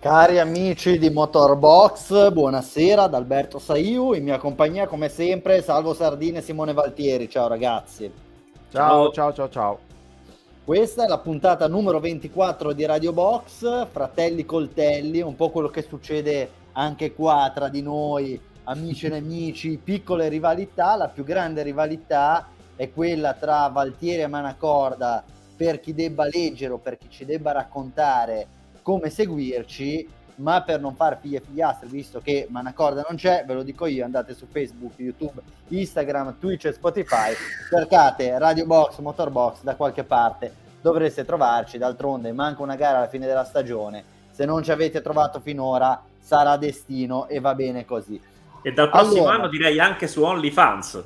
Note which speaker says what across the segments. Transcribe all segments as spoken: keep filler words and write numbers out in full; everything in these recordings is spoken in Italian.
Speaker 1: Cari amici di Motorbox, buonasera da Alberto Saiu, in mia compagnia come sempre Salvo Sardini e Simone Valtieri. Ciao ragazzi.
Speaker 2: Ciao, ciao, ciao, ciao.
Speaker 1: Questa è la puntata numero ventiquattro di Radio Box, fratelli coltelli, un po' quello che succede anche qua tra di noi, amici e nemici, piccole rivalità. La più grande rivalità è quella tra Valtieri e Manacorda per chi debba leggere o per chi ci debba raccontare come seguirci, ma per non far figlie e figliastri, visto che Manacorda non c'è, ve lo dico io, andate su Facebook, YouTube, Instagram, Twitch e Spotify, cercate Radio Box, Motorbox da qualche parte, dovreste trovarci. D'altronde manca una gara alla fine della stagione, se non ci avete trovato finora sarà destino e va bene così.
Speaker 2: E dal prossimo
Speaker 1: allora,
Speaker 2: anno direi anche su OnlyFans.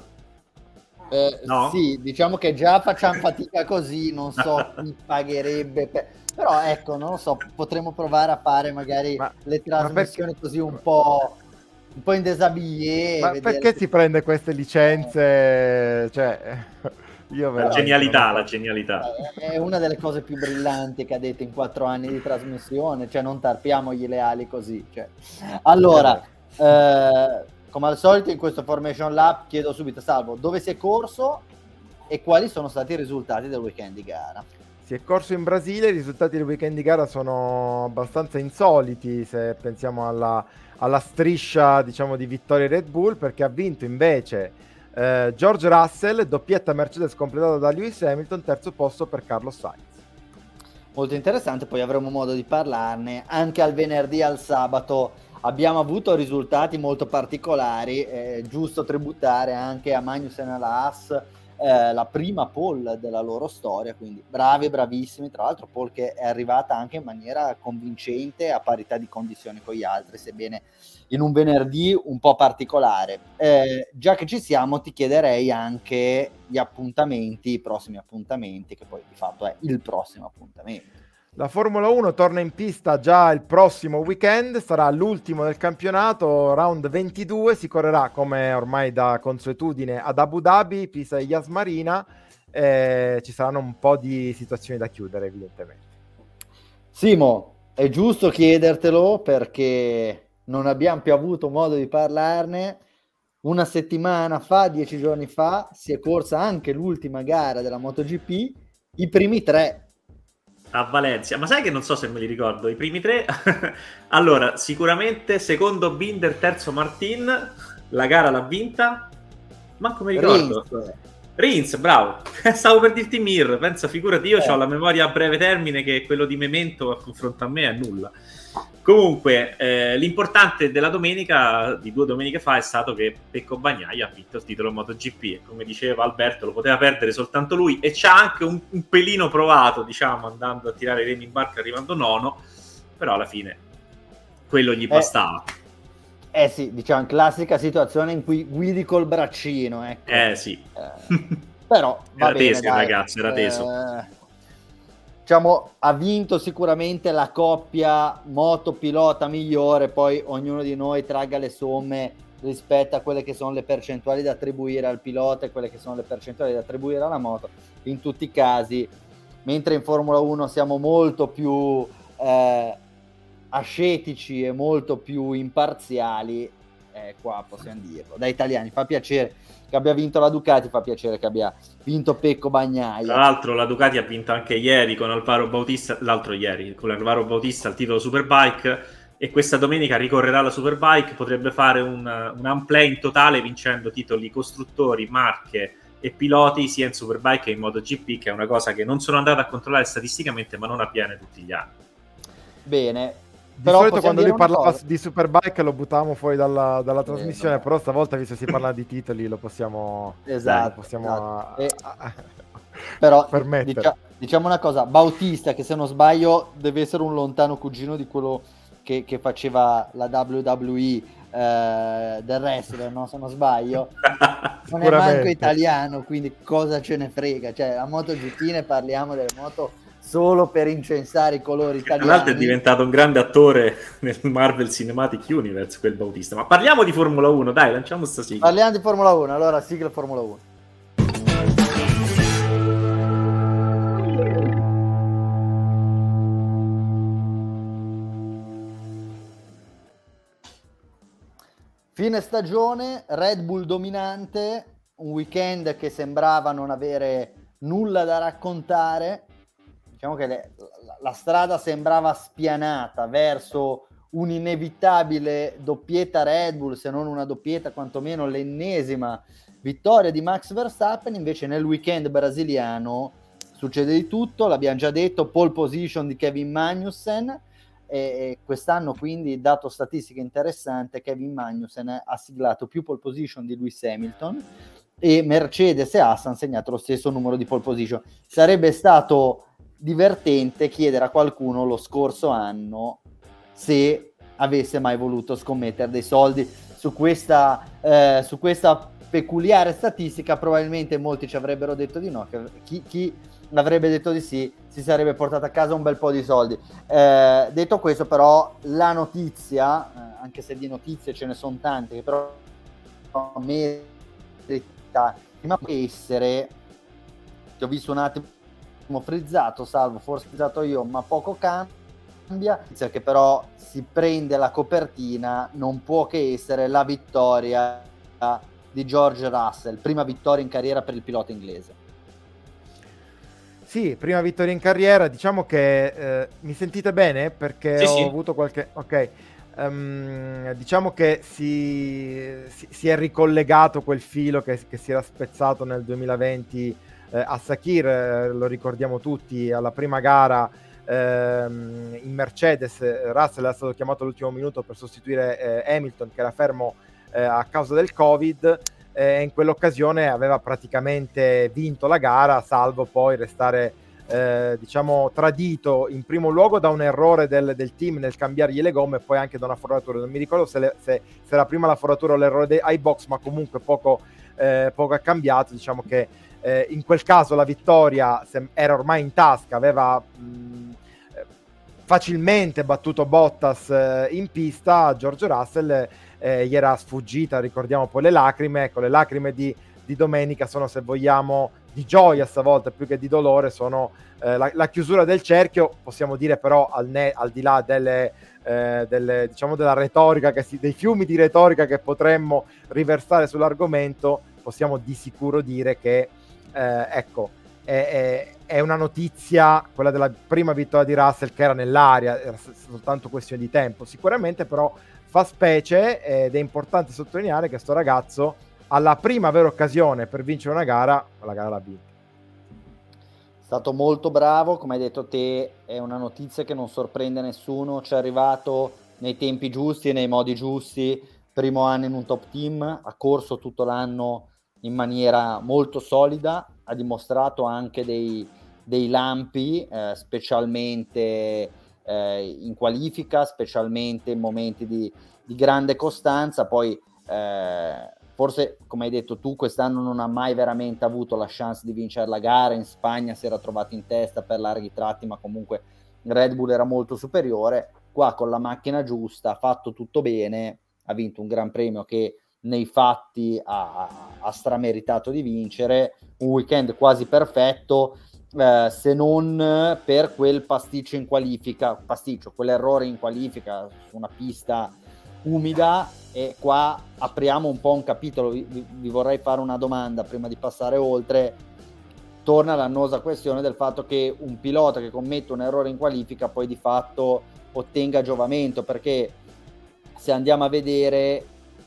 Speaker 1: Eh,
Speaker 2: no?
Speaker 1: Sì, diciamo che già facciamo fatica così, non so chi pagherebbe per... però ecco, non lo so, potremmo provare a fare magari
Speaker 3: ma,
Speaker 1: le trasmissioni
Speaker 3: perché...
Speaker 1: così un po' un po' in desabillé.
Speaker 3: Ma
Speaker 1: vedere...
Speaker 3: perché si prende queste licenze? Cioè, io
Speaker 2: la genialità, la genialità.
Speaker 1: È una delle cose più brillanti che ha detto in quattro anni di trasmissione, cioè non tarpiamogli le ali così. Cioè. Allora, eh, come al solito in questo Formation Lab chiedo subito, Salvo, dove si è corso e quali sono stati i risultati del weekend di gara?
Speaker 3: Si è corso in Brasile, i risultati del weekend di gara sono abbastanza insoliti se pensiamo alla, alla striscia, diciamo, di vittorie Red Bull, perché ha vinto invece eh, George Russell, doppietta Mercedes completata da Lewis Hamilton, terzo posto per Carlos Sainz.
Speaker 1: Molto interessante, poi avremo modo di parlarne anche al venerdì e al sabato. Abbiamo avuto risultati molto particolari, è giusto tributare anche a Magnussen e alla Haas eh, la prima pole della loro storia, quindi bravi, bravissimi, tra l'altro pole che è arrivata anche in maniera convincente a parità di condizioni con gli altri, sebbene in un venerdì un po' particolare. Eh, già che ci siamo ti chiederei anche gli appuntamenti, i prossimi appuntamenti, che poi di fatto è il prossimo appuntamento.
Speaker 3: La Formula uno torna in pista già il prossimo weekend, sarà l'ultimo del campionato, round ventidue, si correrà come ormai da consuetudine ad Abu Dhabi, pista di Yas Marina, e ci saranno un po' di situazioni da chiudere evidentemente.
Speaker 1: Simo, è giusto chiedertelo perché non abbiamo più avuto modo di parlarne. Una settimana fa, dieci giorni fa, si è corsa anche l'ultima gara della MotoGP, i primi tre.
Speaker 2: A Valencia, ma sai che non so se me li ricordo i primi tre. Allora, sicuramente secondo Binder, terzo Martin, la gara l'ha vinta, ma come ricordo Rins, Rins bravo. Stavo per dirti Mir, pensa, figurati, io eh. ho la memoria a breve termine che quello di Memento a confronto a me è nulla. Comunque eh, l'importante della domenica, di due domeniche fa, è stato che Pecco Bagnaia ha vinto il titolo MotoGP e come diceva Alberto lo poteva perdere soltanto lui, e c'ha anche un, un pelino provato, diciamo, andando a tirare i remi in barca arrivando nono, però alla fine quello gli bastava.
Speaker 1: Eh, eh sì, diciamo, classica situazione in cui guidi col braccino, ecco.
Speaker 2: Eh sì.
Speaker 1: Eh, però va
Speaker 2: era
Speaker 1: bene,
Speaker 2: teso,
Speaker 1: dai.
Speaker 2: ragazzi, era teso.
Speaker 1: Eh, diciamo, ha vinto sicuramente la coppia moto-pilota migliore, poi ognuno di noi tragga le somme rispetto a quelle che sono le percentuali da attribuire al pilota e quelle che sono le percentuali da attribuire alla moto. In tutti i casi, mentre in Formula uno siamo molto più eh, ascetici e molto più imparziali, eh, qua possiamo dirlo. Da italiani fa piacere che abbia vinto la Ducati, fa piacere che abbia vinto Pecco Bagnaia.
Speaker 2: Tra l'altro la Ducati ha vinto anche ieri con Alvaro Bautista, l'altro ieri con Alvaro Bautista il titolo Superbike, e questa domenica ricorrerà la Superbike, potrebbe fare un, un unplay in totale vincendo titoli costruttori, marche e piloti sia in Superbike che in MotoGP, che è una cosa che non sono andato a controllare statisticamente ma non avviene tutti gli anni.
Speaker 1: Bene.
Speaker 3: Di
Speaker 1: però
Speaker 3: solito quando lui parlava
Speaker 1: cosa.
Speaker 3: di Superbike lo buttavamo fuori dalla, dalla trasmissione, eh, però stavolta visto che si parla di titoli lo possiamo,
Speaker 1: esatto,
Speaker 3: eh, possiamo
Speaker 1: esatto. E,
Speaker 3: a, a,
Speaker 1: però
Speaker 3: permettere.
Speaker 1: Dicia, diciamo una cosa, Bautista, che se non sbaglio deve essere un lontano cugino di quello che, che faceva la W W E eh, del wrestler, no? Se non sbaglio non è manco italiano, quindi cosa ce ne frega, cioè la MotoGP ne parliamo delle moto solo per incensare i colori italiani.
Speaker 2: Tra l'altro è diventato un grande attore nel Marvel Cinematic Universe quel Bautista. Ma parliamo di Formula uno, dai, lanciamo sta sigla.
Speaker 1: Parliamo di Formula uno, allora sigla Formula uno. Fine stagione, Red Bull dominante, un weekend che sembrava non avere nulla da raccontare. Diciamo che le, la, la strada sembrava spianata verso un'inevitabile doppietta Red Bull, se non una doppietta, quantomeno l'ennesima vittoria di Max Verstappen. Invece nel weekend brasiliano succede di tutto, l'abbiamo già detto, pole position di Kevin Magnussen, e quest'anno quindi, dato statistico interessante, Kevin Magnussen ha siglato più pole position di Lewis Hamilton, e Mercedes e Haas hanno segnato lo stesso numero di pole position. Sarebbe stato divertente chiedere a qualcuno lo scorso anno se avesse mai voluto scommettere dei soldi su questa, eh, su questa peculiare statistica. Probabilmente molti ci avrebbero detto di no, che chi, chi avrebbe detto di sì si sarebbe portato a casa un bel po' di soldi. Eh, detto questo, però, la notizia, eh, anche se di notizie ce ne sono tante, che però merita di essere, ti ho visto un attimo frizzato, Salvo, forse frizzato io, ma poco cambia, che però si prende la copertina, non può che essere la vittoria di George Russell, prima vittoria in carriera per il pilota inglese.
Speaker 3: Sì, prima vittoria in carriera. Diciamo che eh, mi sentite bene? Perché
Speaker 2: sì,
Speaker 3: ho
Speaker 2: sì.
Speaker 3: avuto qualche... Ok. Um, diciamo che si, si, si è ricollegato quel filo che, che si era spezzato nel duemilaventi eh, a Sakir, eh, lo ricordiamo tutti, alla prima gara ehm, in Mercedes. Russell è stato chiamato all'ultimo minuto per sostituire eh, Hamilton, che era fermo eh, a causa del Covid. E in quell'occasione aveva praticamente vinto la gara, salvo poi restare eh, diciamo tradito in primo luogo da un errore del, del team nel cambiargli le gomme, e poi anche da una foratura. Non mi ricordo se, le, se, se era prima la foratura o l'errore dei iBox, ma comunque poco, eh, poco è cambiato. Diciamo che eh, in quel caso la vittoria era ormai in tasca, aveva mh, facilmente battuto Bottas eh, in pista. George Russell Eh, gli era sfuggita, ricordiamo poi le lacrime. Ecco, le lacrime di, di domenica sono, se vogliamo, di gioia stavolta più che di dolore, sono eh, la, la chiusura del cerchio. Possiamo dire però, al, ne, al di là delle, eh, delle, diciamo della retorica, che si, dei fiumi di retorica che potremmo riversare sull'argomento, possiamo di sicuro dire che eh, ecco, è, è, è una notizia, quella della prima vittoria di Russell, che era nell'aria, era soltanto questione di tempo. Sicuramente però fa specie, ed è importante sottolineare che sto ragazzo, alla prima vera occasione per vincere una gara, la gara l'ha vinta.
Speaker 1: È stato molto bravo, come hai detto te, è una notizia che non sorprende nessuno, ci è arrivato nei tempi giusti e nei modi giusti. Primo anno in un top team, ha corso tutto l'anno in maniera molto solida, ha dimostrato anche dei, dei lampi, eh, specialmente eh, in qualifica, specialmente in momenti di, di grande costanza. Poi eh, forse, come hai detto tu, quest'anno non ha mai veramente avuto la chance di vincere la gara. In Spagna si era trovato in testa per larghi tratti, ma comunque Red Bull era molto superiore. Qua con la macchina giusta ha fatto tutto bene, ha vinto un gran premio che nei fatti ha, ha strameritato di vincere, un weekend quasi perfetto, eh, se non per quel pasticcio in qualifica, pasticcio, quell'errore in qualifica su una pista umida. E qua apriamo un po' un capitolo, vi, vi vorrei fare una domanda prima di passare oltre. Torna l'annosa questione del fatto che un pilota che commette un errore in qualifica poi di fatto ottenga giovamento, perché se andiamo a vedere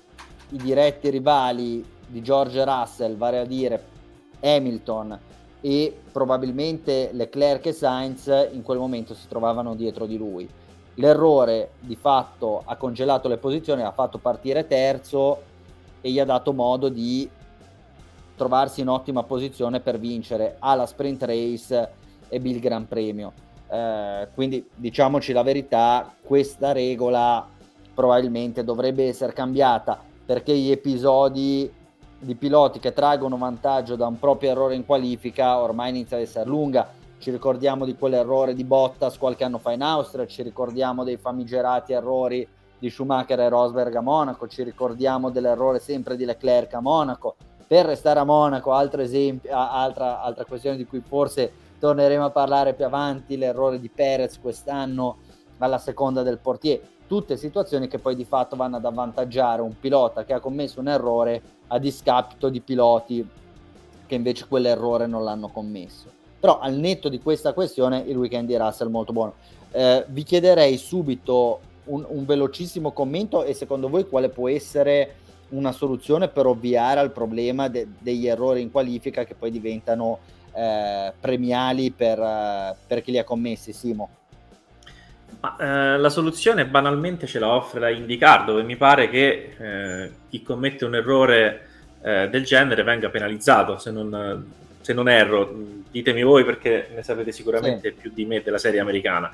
Speaker 1: i diretti rivali di George Russell, vale a dire Hamilton e probabilmente Leclerc e Sainz, in quel momento si trovavano dietro di lui. L'errore di fatto ha congelato le posizioni, ha fatto partire terzo e gli ha dato modo di trovarsi in ottima posizione per vincere alla sprint race e il Gran Premio. Eh, quindi diciamoci la verità, questa regola probabilmente dovrebbe essere cambiata, perché gli episodi di piloti che traggono vantaggio da un proprio errore in qualifica ormai inizia ad essere lunga. Ci ricordiamo di quell'errore di Bottas qualche anno fa in Austria, ci ricordiamo dei famigerati errori di Schumacher e Rosberg a Monaco, ci ricordiamo dell'errore sempre di Leclerc a Monaco. Per restare a Monaco, altro esempio, altra, altra questione di cui forse torneremo a parlare più avanti, l'errore di Perez quest'anno alla seconda del portiere. tutte situazioni che poi di fatto vanno ad avvantaggiare un pilota che ha commesso un errore a discapito di piloti che invece quell'errore non l'hanno commesso. Però al netto di questa questione il weekend di Russell è molto buono. Eh, vi chiederei subito un, un velocissimo commento, e secondo voi quale può essere una soluzione per ovviare al problema de- degli errori in qualifica che poi diventano eh, premiali per, uh, per chi li ha commessi, Simo?
Speaker 2: Ma, eh, la soluzione banalmente ce la offre la IndyCar, dove mi pare che eh, chi commette un errore eh, del genere venga penalizzato, se non, se non erro. Ditemi voi, perché ne sapete sicuramente sì. più di me della serie americana.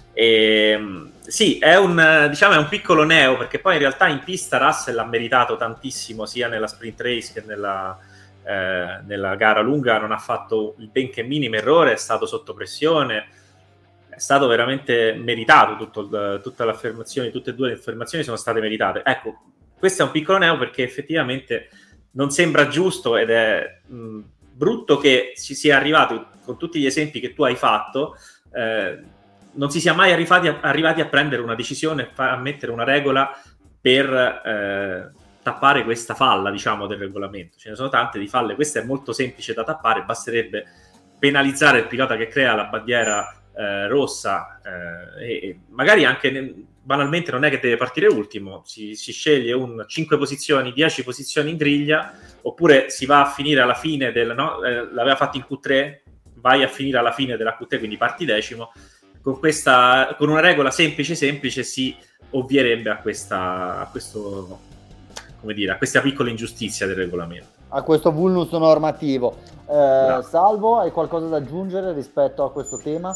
Speaker 2: E, sì, è un, diciamo, è un piccolo neo, perché poi in realtà in pista Russell ha meritato tantissimo, sia nella sprint race che nella, eh, nella gara lunga. Non ha fatto il benché minimo errore, è stato sotto pressione, è stato veramente meritato. Tutto il, tutte le affermazioni, tutte e due le affermazioni sono state meritate. Ecco, questo è un piccolo neo, perché effettivamente non sembra giusto, ed è mh, brutto che si sia arrivati, con tutti gli esempi che tu hai fatto, eh, non si sia mai arrivati a, arrivati a prendere una decisione, a mettere una regola per eh, tappare questa falla, diciamo, del regolamento. Ce ne sono tante di falle, questa è molto semplice da tappare, basterebbe penalizzare il pilota che crea la bandiera eh, rossa, eh, e, e magari anche ne, banalmente non è che deve partire ultimo, si, si sceglie un cinque posizioni, dieci posizioni in griglia, oppure si va a finire alla fine del, no? eh, l'aveva fatto in Q tre, vai a finire alla fine della Q tre, quindi parti decimo. Con questa, con una regola semplice semplice si ovvierebbe a questa, a questo, come dire, a questa piccola ingiustizia del regolamento,
Speaker 1: a questo vulnus normativo. Eh, Salvo, hai qualcosa da aggiungere rispetto a questo tema?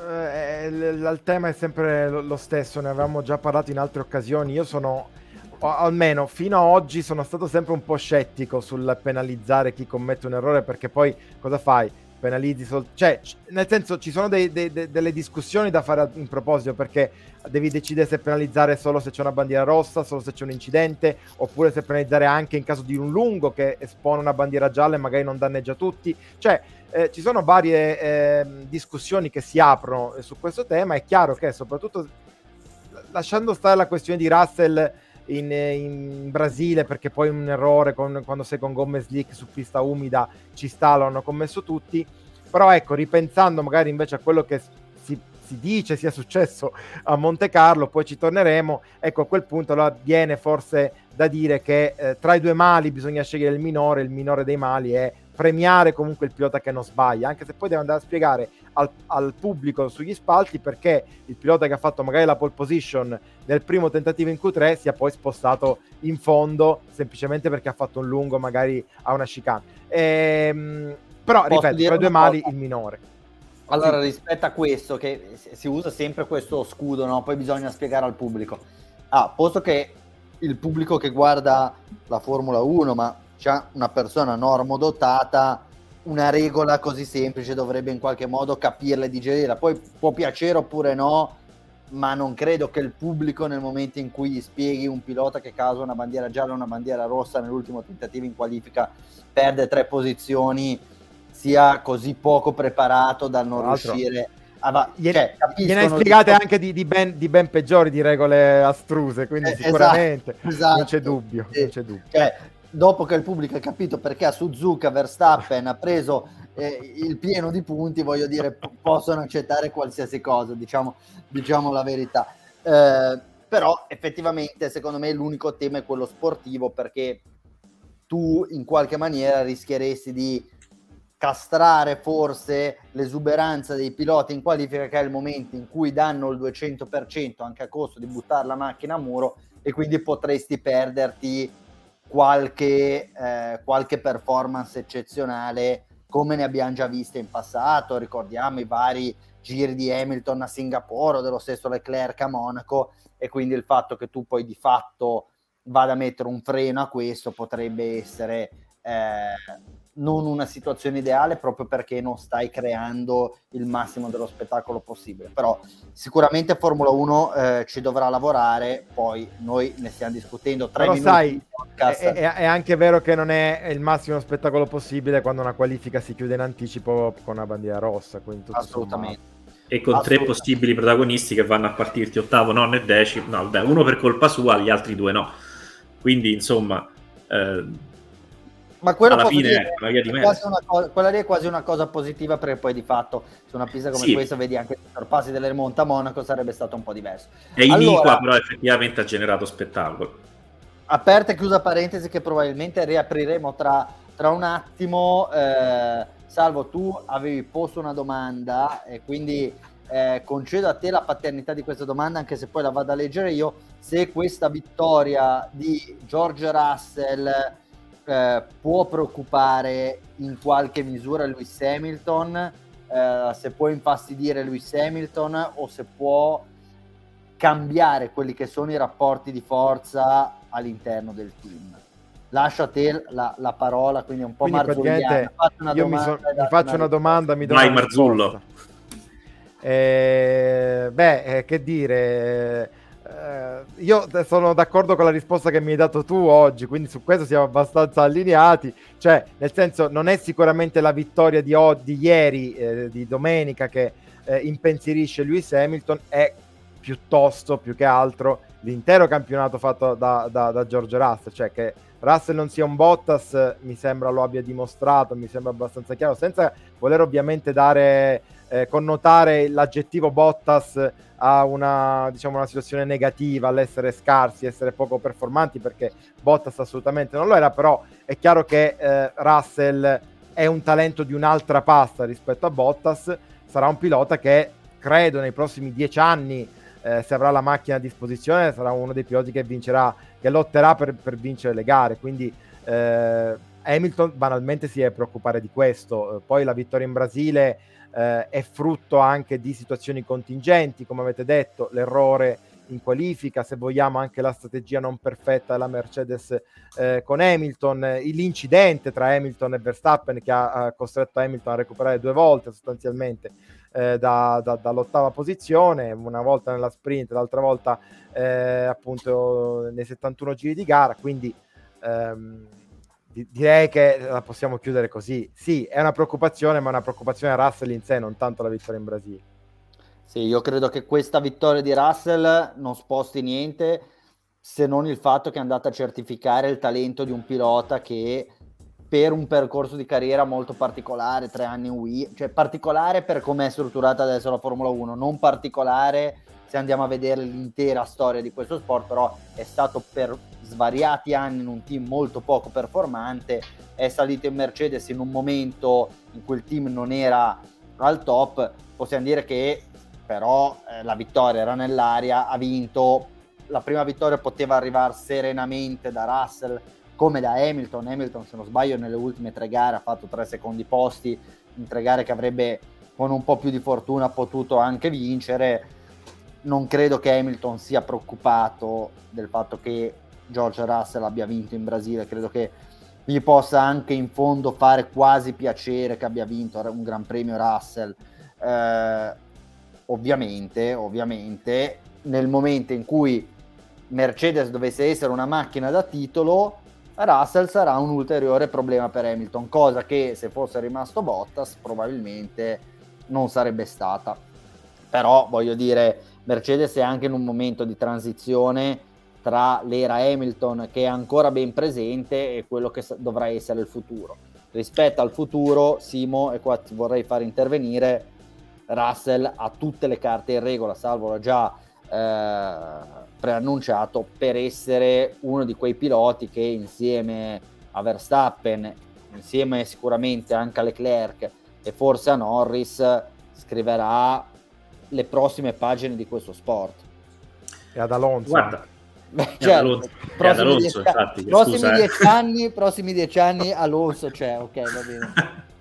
Speaker 3: Eh, il tema è sempre lo stesso, ne avevamo già parlato in altre occasioni. Io sono, o almeno fino ad oggi, sono stato sempre un po' scettico sul penalizzare chi commette un errore, perché poi cosa fai? Penalizzi sol- cioè, nel senso, ci sono dei, dei, de- delle discussioni da fare in proposito, perché devi decidere se penalizzare solo se c'è una bandiera rossa, solo se c'è un incidente, oppure se penalizzare anche in caso di un lungo che espone una bandiera gialla e magari non danneggia tutti. Cioè, eh, ci sono varie eh, discussioni che si aprono su questo tema. È chiaro che, soprattutto lasciando stare la questione di Russell in, in Brasile, perché poi un errore con, quando sei con gomme slick su pista umida ci sta, lo hanno commesso tutti. Però ecco, ripensando magari invece a quello che si, si dice sia successo a Monte Carlo, poi ci torneremo, ecco, a quel punto allora viene forse da dire che eh, tra i due mali bisogna scegliere il minore. Il minore dei mali è premiare comunque il pilota che non sbaglia, anche se poi deve andare a spiegare al, al pubblico sugli spalti perché il pilota che ha fatto magari la pole position nel primo tentativo in Q tre sia poi spostato in fondo semplicemente perché ha fatto un lungo magari a una chicane. Ehm, però
Speaker 1: Posso
Speaker 3: ripeto, tra i due mali cosa? Il minore.
Speaker 1: Allora, sì. Rispetto a questo, che si usa sempre questo scudo, no? Poi bisogna spiegare al pubblico. Ah, posto che il pubblico che guarda la Formula uno, ma c'è una persona normodotata, una regola così semplice dovrebbe in qualche modo capirla e digerirla. Poi può piacere oppure no, ma non credo che il pubblico, nel momento in cui gli spieghi un pilota che causa una bandiera gialla o una bandiera rossa nell'ultimo tentativo in qualifica, perde tre posizioni, sia così poco preparato da non riuscire a... Va-
Speaker 3: cioè, gliene hai spiegate di... anche di, di, ben, di ben peggiori, di regole astruse, quindi eh, sicuramente esatto, esatto. non c'è dubbio, eh, non c'è dubbio.
Speaker 1: Cioè, dopo che il pubblico ha capito perché a Suzuka Verstappen ha preso eh, il pieno di punti, voglio dire, p- possono accettare qualsiasi cosa, diciamo, diciamo la verità. Eh, però effettivamente secondo me l'unico tema è quello sportivo, perché tu in qualche maniera rischieresti di castrare forse l'esuberanza dei piloti in qualifica, che è il momento in cui danno il duecento per cento anche a costo di buttare la macchina a muro, e quindi potresti perderti qualche, eh, qualche performance eccezionale, come ne abbiamo già viste in passato. Ricordiamo i vari giri di Hamilton a Singapore o dello stesso Leclerc a Monaco, e quindi il fatto che tu poi di fatto vada a mettere un freno a questo potrebbe essere eh, non una situazione ideale, proprio perché non stai creando il massimo dello spettacolo possibile. Però sicuramente Formula uno eh, ci dovrà lavorare, poi noi ne stiamo discutendo tre
Speaker 3: Però
Speaker 1: minuti.
Speaker 3: Sai, è, è, è anche vero che non è il massimo spettacolo possibile quando una qualifica si chiude in anticipo con una bandiera rossa, quindi tutto
Speaker 1: assolutamente
Speaker 3: sommato.
Speaker 2: E con tre possibili protagonisti che vanno a partirti ottavo, nono e decimo. No, vabbè, uno per colpa sua, gli altri due no. Quindi, insomma, eh,
Speaker 1: ma quello
Speaker 2: alla fine
Speaker 1: dire,
Speaker 2: è una via di
Speaker 1: è
Speaker 2: mezzo.
Speaker 1: quasi una cosa, quella lì è quasi una cosa positiva, perché poi di fatto su una pista come
Speaker 2: sì.
Speaker 1: questa vedi anche i sorpassi delle remonte a Monaco, sarebbe stato un po' diverso.
Speaker 2: E iniqua, allora, però effettivamente ha generato spettacolo.
Speaker 1: Aperta e chiusa parentesi che probabilmente riapriremo tra, tra un attimo. eh, Salvo, tu avevi posto una domanda e quindi eh, concedo a te la paternità di questa domanda, anche se poi la vado a leggere io. Se questa vittoria di George Russell eh, può preoccupare in qualche misura Lewis Hamilton, eh, se può infastidire Lewis Hamilton o se può cambiare quelli che sono i rapporti di forza all'interno del team. Lascio a te la, la parola, quindi un po' marzulliana.
Speaker 3: Io mi, so, mi faccio una domanda, mi do
Speaker 2: Vai,
Speaker 3: una
Speaker 2: Marzullo.
Speaker 3: Eh, beh, eh, che dire, eh, io sono d'accordo con la risposta che mi hai dato tu oggi, quindi su questo siamo abbastanza allineati. Cioè, nel senso, non è sicuramente la vittoria di, o- di ieri, eh, di domenica, che eh, impensierisce Lewis Hamilton, è piuttosto, più che altro, l'intero campionato fatto da, da, da George Russell. Cioè che Russell non sia un Bottas, mi sembra lo abbia dimostrato, mi sembra abbastanza chiaro, senza voler ovviamente dare, eh, connotare l'aggettivo Bottas a una, diciamo, una situazione negativa, all'essere scarsi, essere poco performanti, perché Bottas assolutamente non lo era. Però è chiaro che eh, Russell è un talento di un'altra pasta rispetto a Bottas, sarà un pilota che credo nei prossimi dieci anni, Eh, se avrà la macchina a disposizione, sarà uno dei piloti che vincerà, che lotterà per, per vincere le gare. Quindi eh, Hamilton banalmente si deve preoccupare di questo. Eh, poi la vittoria in Brasile eh, è frutto anche di situazioni contingenti, come avete detto, l'errore in qualifica, se vogliamo anche la strategia non perfetta della Mercedes eh, con Hamilton, l'incidente tra Hamilton e Verstappen che ha, ha costretto Hamilton a recuperare due volte sostanzialmente eh, da, da, dall'ottava posizione, una volta nella sprint, l'altra volta eh, appunto nei settantuno giri di gara. Quindi ehm, di, direi che la possiamo chiudere così. Sì, è una preoccupazione, ma una preoccupazione a Russell in sé, non tanto la vittoria in Brasile.
Speaker 1: Sì, io credo che questa vittoria di Russell non sposti niente, se non il fatto che è andata a certificare il talento di un pilota che per un percorso di carriera molto particolare, tre anni in Wii, cioè particolare per come è strutturata adesso la Formula uno, non particolare se andiamo a vedere l'intera storia di questo sport, però è stato per svariati anni in un team molto poco performante, è salito in Mercedes in un momento in cui il team non era al top. Possiamo dire che però eh, la vittoria era nell'aria, ha vinto. La prima vittoria poteva arrivare serenamente da Russell come da Hamilton. Hamilton, se non sbaglio, nelle ultime tre gare ha fatto tre secondi posti in tre gare che avrebbe con un po' più di fortuna potuto anche vincere. Non credo che Hamilton sia preoccupato del fatto che George Russell abbia vinto in Brasile, credo che gli possa anche in fondo fare quasi piacere che abbia vinto un Gran Premio Russell. eh, Ovviamente, ovviamente, nel momento in cui Mercedes dovesse essere una macchina da titolo, Russell sarà un ulteriore problema per Hamilton, cosa che se fosse rimasto Bottas probabilmente non sarebbe stata. Però voglio dire, Mercedes è anche in un momento di transizione tra l'era Hamilton, che è ancora ben presente, e quello che dovrà essere il futuro. Rispetto al futuro, Simo, e qua ti vorrei far intervenire, Russell ha tutte le carte in regola, Salvo l'ha già eh, preannunciato, per essere uno di quei piloti che insieme a Verstappen, insieme sicuramente anche a Leclerc e forse a Norris, scriverà le prossime pagine di questo sport.
Speaker 3: E ad Alonso.
Speaker 2: Guarda,
Speaker 1: Beh, certo,
Speaker 2: Alonso,
Speaker 1: prossimi,
Speaker 2: Alonso,
Speaker 1: dieci,
Speaker 2: infatti,
Speaker 1: prossimi
Speaker 2: scusa,
Speaker 1: dieci
Speaker 2: eh.
Speaker 1: anni, prossimi dieci anni Alonso c'è, ok, va bene.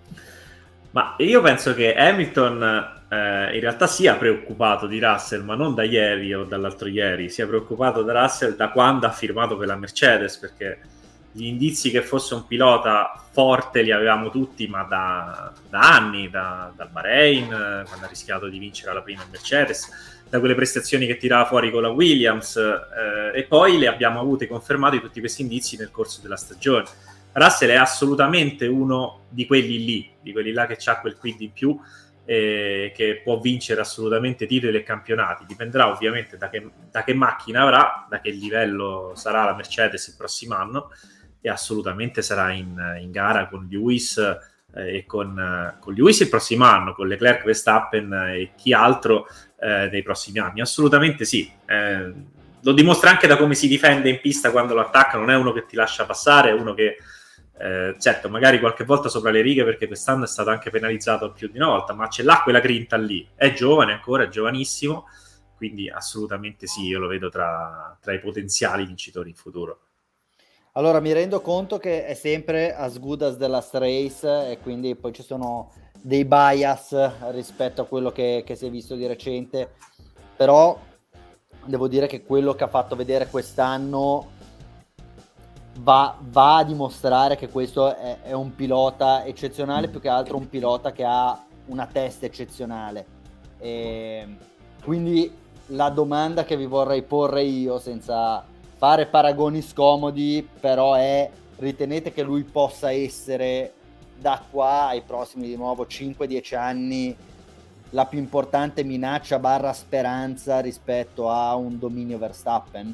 Speaker 2: Ma io penso che Hamilton eh, in realtà sia preoccupato di Russell, ma non da ieri o dall'altro ieri, sia preoccupato da Russell da quando ha firmato per la Mercedes, perché gli indizi che fosse un pilota forte li avevamo tutti, ma da, da anni, da, dal Bahrain, quando ha rischiato di vincere la prima Mercedes, da quelle prestazioni che tirava fuori con la Williams, eh, e poi le abbiamo avute confermati tutti questi indizi nel corso della stagione. Russell è assolutamente uno di quelli lì, di quelli là che c'ha quel quid in più, eh, che può vincere assolutamente titoli e campionati. Dipenderà ovviamente da che, da che macchina avrà, da che livello sarà la Mercedes il prossimo anno, e assolutamente sarà in, in gara con Lewis eh, e con, eh, con Lewis il prossimo anno, con Leclerc, Verstappen e chi altro eh, nei prossimi anni. Assolutamente sì. Eh, lo dimostra anche da come si difende in pista quando lo attacca. Non è uno che ti lascia passare, è uno che eh, certo magari qualche volta sopra le righe, perché quest'anno è stato anche penalizzato più di una volta, ma ce l'ha quella grinta lì. È giovane ancora, è giovanissimo, quindi assolutamente sì, io lo vedo tra, tra i potenziali vincitori in futuro.
Speaker 1: Allora, mi rendo conto che è sempre as good as the last race, e quindi poi ci sono dei bias rispetto a quello che, che si è visto di recente, però devo dire che quello che ha fatto vedere quest'anno va, va a dimostrare che questo è, è un pilota eccezionale, più che altro un pilota che ha una testa eccezionale. E quindi la domanda che vi vorrei porre io, senza fare paragoni scomodi, però è: ritenete che lui possa essere da qua ai prossimi di nuovo cinque dieci anni la più importante minaccia barra speranza rispetto a un dominio Verstappen?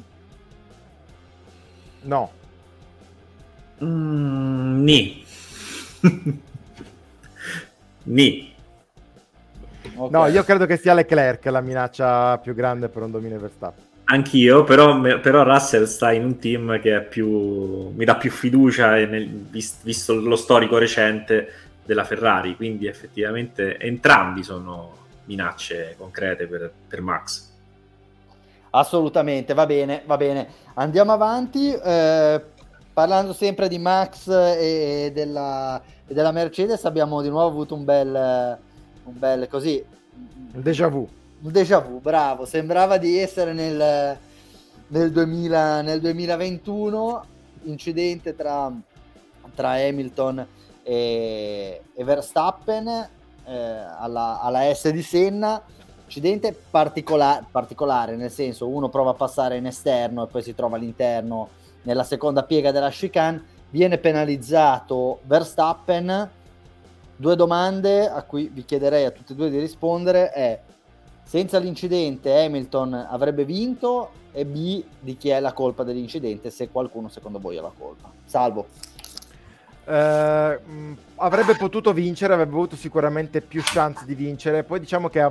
Speaker 3: No.
Speaker 2: Mm, ni. Ni.
Speaker 1: Okay.
Speaker 3: No, io credo che sia Leclerc la minaccia più grande per un dominio Verstappen.
Speaker 2: Anch'io, però, però Russell sta in un team che è più, mi dà più fiducia nel, visto lo storico recente della Ferrari, quindi effettivamente entrambi sono minacce concrete per, per Max.
Speaker 1: Assolutamente, va bene, va bene. Andiamo avanti, eh, parlando sempre di Max e della, e della Mercedes. Abbiamo di nuovo avuto un bel, un bel così,
Speaker 3: un déjà vu.
Speaker 1: Un déjà vu, bravo, sembrava di essere nel, nel, duemila, nel duemilaventuno, incidente tra, tra Hamilton e, e Verstappen eh, alla, alla S di Senna. Incidente particola- particolare, nel senso, uno prova a passare in esterno e poi si trova all'interno nella seconda piega della chicane, viene penalizzato Verstappen. Due domande a cui vi chiederei a tutti e due di rispondere è: senza l'incidente Hamilton avrebbe vinto? E B, di chi è la colpa dell'incidente, se qualcuno secondo voi ha la colpa? Salvo.
Speaker 3: Eh, mh, avrebbe potuto vincere, avrebbe avuto sicuramente più chance di vincere. Poi diciamo che ha,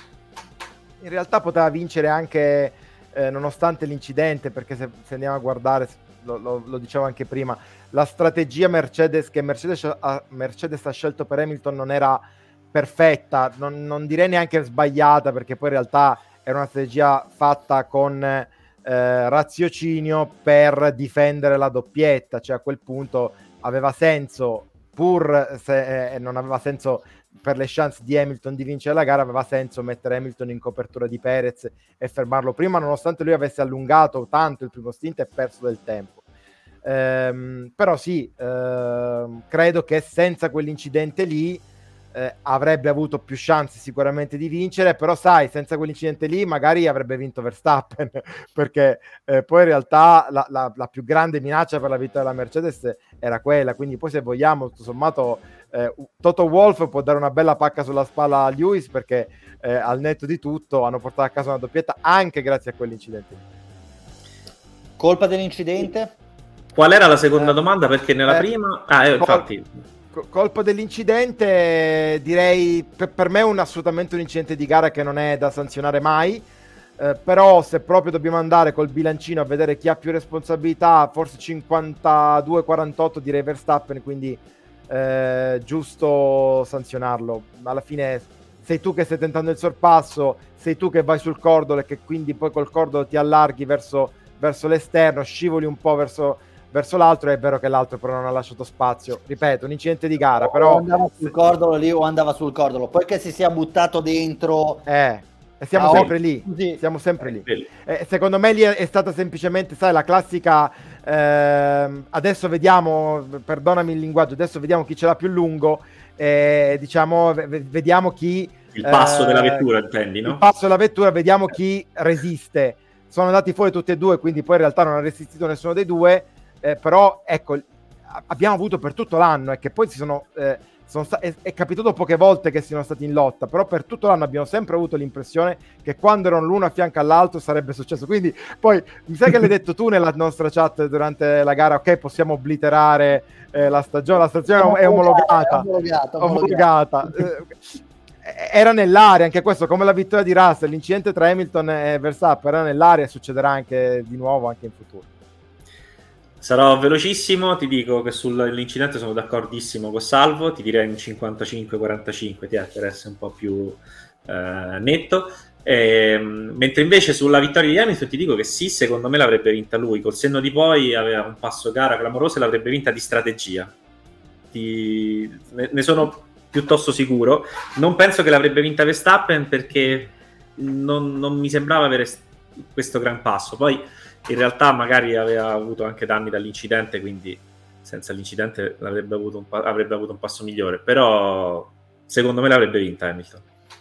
Speaker 3: in realtà poteva vincere anche eh, nonostante l'incidente, perché se, se andiamo a guardare, lo, lo, lo dicevo anche prima, la strategia Mercedes che Mercedes ha, Mercedes ha scelto per Hamilton non era perfetta, non, non direi neanche sbagliata, perché poi in realtà era una strategia fatta con eh, raziocinio per difendere la doppietta, cioè a quel punto aveva senso, pur se eh, non aveva senso per le chance di Hamilton di vincere la gara, aveva senso mettere Hamilton in copertura di Perez e fermarlo prima, nonostante lui avesse allungato tanto il primo stint e perso del tempo. Ehm, però sì, ehm, credo che senza quell'incidente lì eh, avrebbe avuto più chance sicuramente di vincere, però sai, senza quell'incidente lì magari avrebbe vinto Verstappen, perché eh, poi in realtà la, la, la più grande minaccia per la vittoria della Mercedes era quella, quindi poi se vogliamo, tutto sommato, eh, Toto Wolff può dare una bella pacca sulla spalla a Lewis, perché eh, al netto di tutto hanno portato a casa una doppietta anche grazie a quell'incidente.
Speaker 1: Colpa dell'incidente?
Speaker 2: Qual era la seconda eh, domanda? Perché nella
Speaker 3: eh,
Speaker 2: prima... Ah, eh, infatti...
Speaker 3: Colpa dell'incidente, direi per, per me è un, assolutamente un incidente di gara che non è da sanzionare mai, eh, però se proprio dobbiamo andare col bilancino a vedere chi ha più responsabilità, forse cinquantadue quarantotto direi Verstappen, quindi eh, giusto sanzionarlo. Alla fine sei tu che stai tentando il sorpasso, sei tu che vai sul cordolo e che quindi poi col cordolo ti allarghi verso, verso l'esterno, scivoli un po' verso... verso l'altro. È vero che l'altro però non ha lasciato spazio, ripeto, un incidente di gara, però
Speaker 1: o andava sul cordolo lì o andava sul cordolo, poi che si sia buttato dentro
Speaker 3: eh e siamo
Speaker 1: ah,
Speaker 3: sempre lì
Speaker 1: sì.
Speaker 3: siamo sempre lì eh, secondo me lì è, è stata semplicemente, sai, la classica eh, adesso vediamo, perdonami il linguaggio, adesso vediamo chi ce l'ha più lungo, eh, diciamo v- vediamo chi
Speaker 2: il passo
Speaker 3: eh,
Speaker 2: della vettura, intendi, no?
Speaker 3: Il passo della vettura, vediamo chi resiste. Sono andati fuori tutti e due, quindi poi in realtà non ha resistito nessuno dei due. Eh, però ecco, abbiamo avuto per tutto l'anno e che poi si sono eh, sono sta- è, è capitato poche volte che siano stati in lotta, però per tutto l'anno abbiamo sempre avuto l'impressione che quando erano l'uno a fianco all'altro sarebbe successo. Quindi poi mi sa che l'hai detto tu nella nostra chat durante la gara, ok, possiamo obliterare eh, la stagione, la stagione è omologata,
Speaker 1: è omologata,
Speaker 3: omologata. Eh, era nell'aria anche questo, come la vittoria di Russell, l'incidente tra Hamilton e Verstappen era nell'aria e succederà anche di nuovo anche in futuro.
Speaker 2: Sarò velocissimo, ti dico che sull'incidente sono d'accordissimo con Salvo, ti direi un cinquantacinque quarantacinque ti è, per essere un po' più eh, netto. E, mentre invece sulla vittoria di Hamilton ti dico che sì, secondo me l'avrebbe vinta lui, col senno di poi aveva un passo gara clamoroso e l'avrebbe vinta di strategia. Ti... Ne, ne sono piuttosto sicuro. Non penso che l'avrebbe vinta Verstappen perché non, non mi sembrava avere questo gran passo. Poi in realtà magari aveva avuto anche danni dall'incidente, quindi senza l'incidente avrebbe avuto un, pa- avrebbe avuto un passo migliore, però secondo me l'avrebbe vinta Hamilton.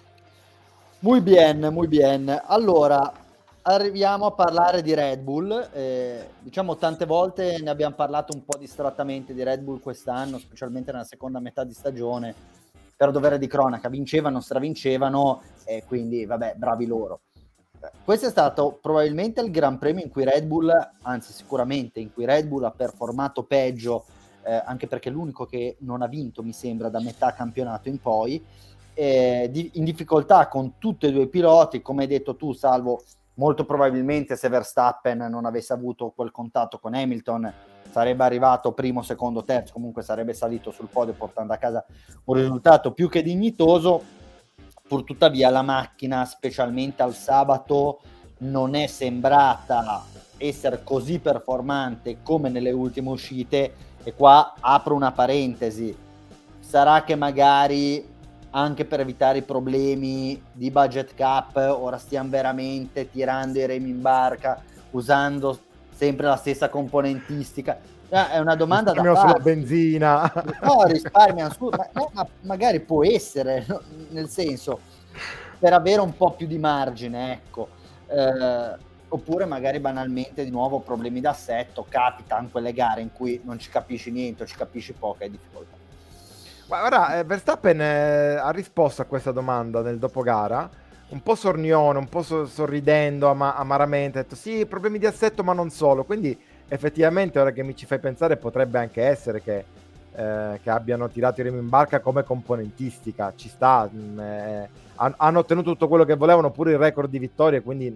Speaker 1: Muy bien, muy bien. Allora, arriviamo a parlare di Red Bull. Eh, diciamo tante volte ne abbiamo parlato un po' distrattamente di Red Bull quest'anno, specialmente nella seconda metà di stagione. Per dovere di cronaca, vincevano, stravincevano, e quindi vabbè, bravi loro. Questo è stato probabilmente il Gran Premio in cui Red Bull, anzi sicuramente in cui Red Bull ha performato peggio, eh, anche perché è l'unico che non ha vinto, mi sembra, da metà campionato in poi, eh, di, in difficoltà con tutti e due i piloti, come hai detto tu Salvo, molto probabilmente se Verstappen non avesse avuto quel contatto con Hamilton sarebbe arrivato primo, secondo, terzo, comunque sarebbe salito sul podio portando a casa un risultato più che dignitoso. Pur tuttavia la macchina, specialmente al sabato, non è sembrata essere così performante come nelle ultime uscite, e qua apro una parentesi, sarà che magari anche per evitare i problemi di budget cap ora stiamo veramente tirando i remi in barca, usando sempre la stessa componentistica. È una domanda da fare.
Speaker 3: Sulla benzina.
Speaker 1: No, risparmiano su, ma, no, ma magari può essere, no? Nel senso, per avere un po' più di margine, ecco. Eh, oppure magari banalmente di nuovo problemi d'assetto, capita in quelle gare in cui non ci capisci niente o ci capisci poco, è difficoltà.
Speaker 3: Ma ora eh, Verstappen eh, ha risposto a questa domanda nel dopogara, un po' sornione, un po' so- sorridendo ama- amaramente, ha detto sì, problemi di assetto ma non solo, quindi effettivamente ora che mi ci fai pensare potrebbe anche essere che, eh, che abbiano tirato i remi in barca come componentistica, ci sta, mh, eh, han- hanno ottenuto tutto quello che volevano, pure il record di vittorie, quindi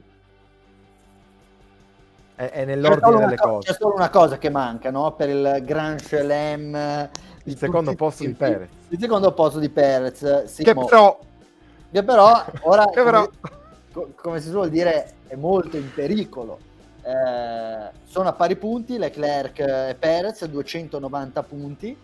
Speaker 3: è, è nell'ordine delle
Speaker 1: co-
Speaker 3: cose.
Speaker 1: C'è solo una cosa che manca, no? Per il Grand Chelem,
Speaker 3: Il secondo posto di Perez.
Speaker 1: Il secondo posto di Perez, sì,
Speaker 3: Che
Speaker 1: mo-
Speaker 3: però,
Speaker 1: che però ora,
Speaker 3: che però...
Speaker 1: come, come si suol dire, è molto in pericolo. Eh, sono a pari punti Leclerc e Perez, duecentonovanta punti.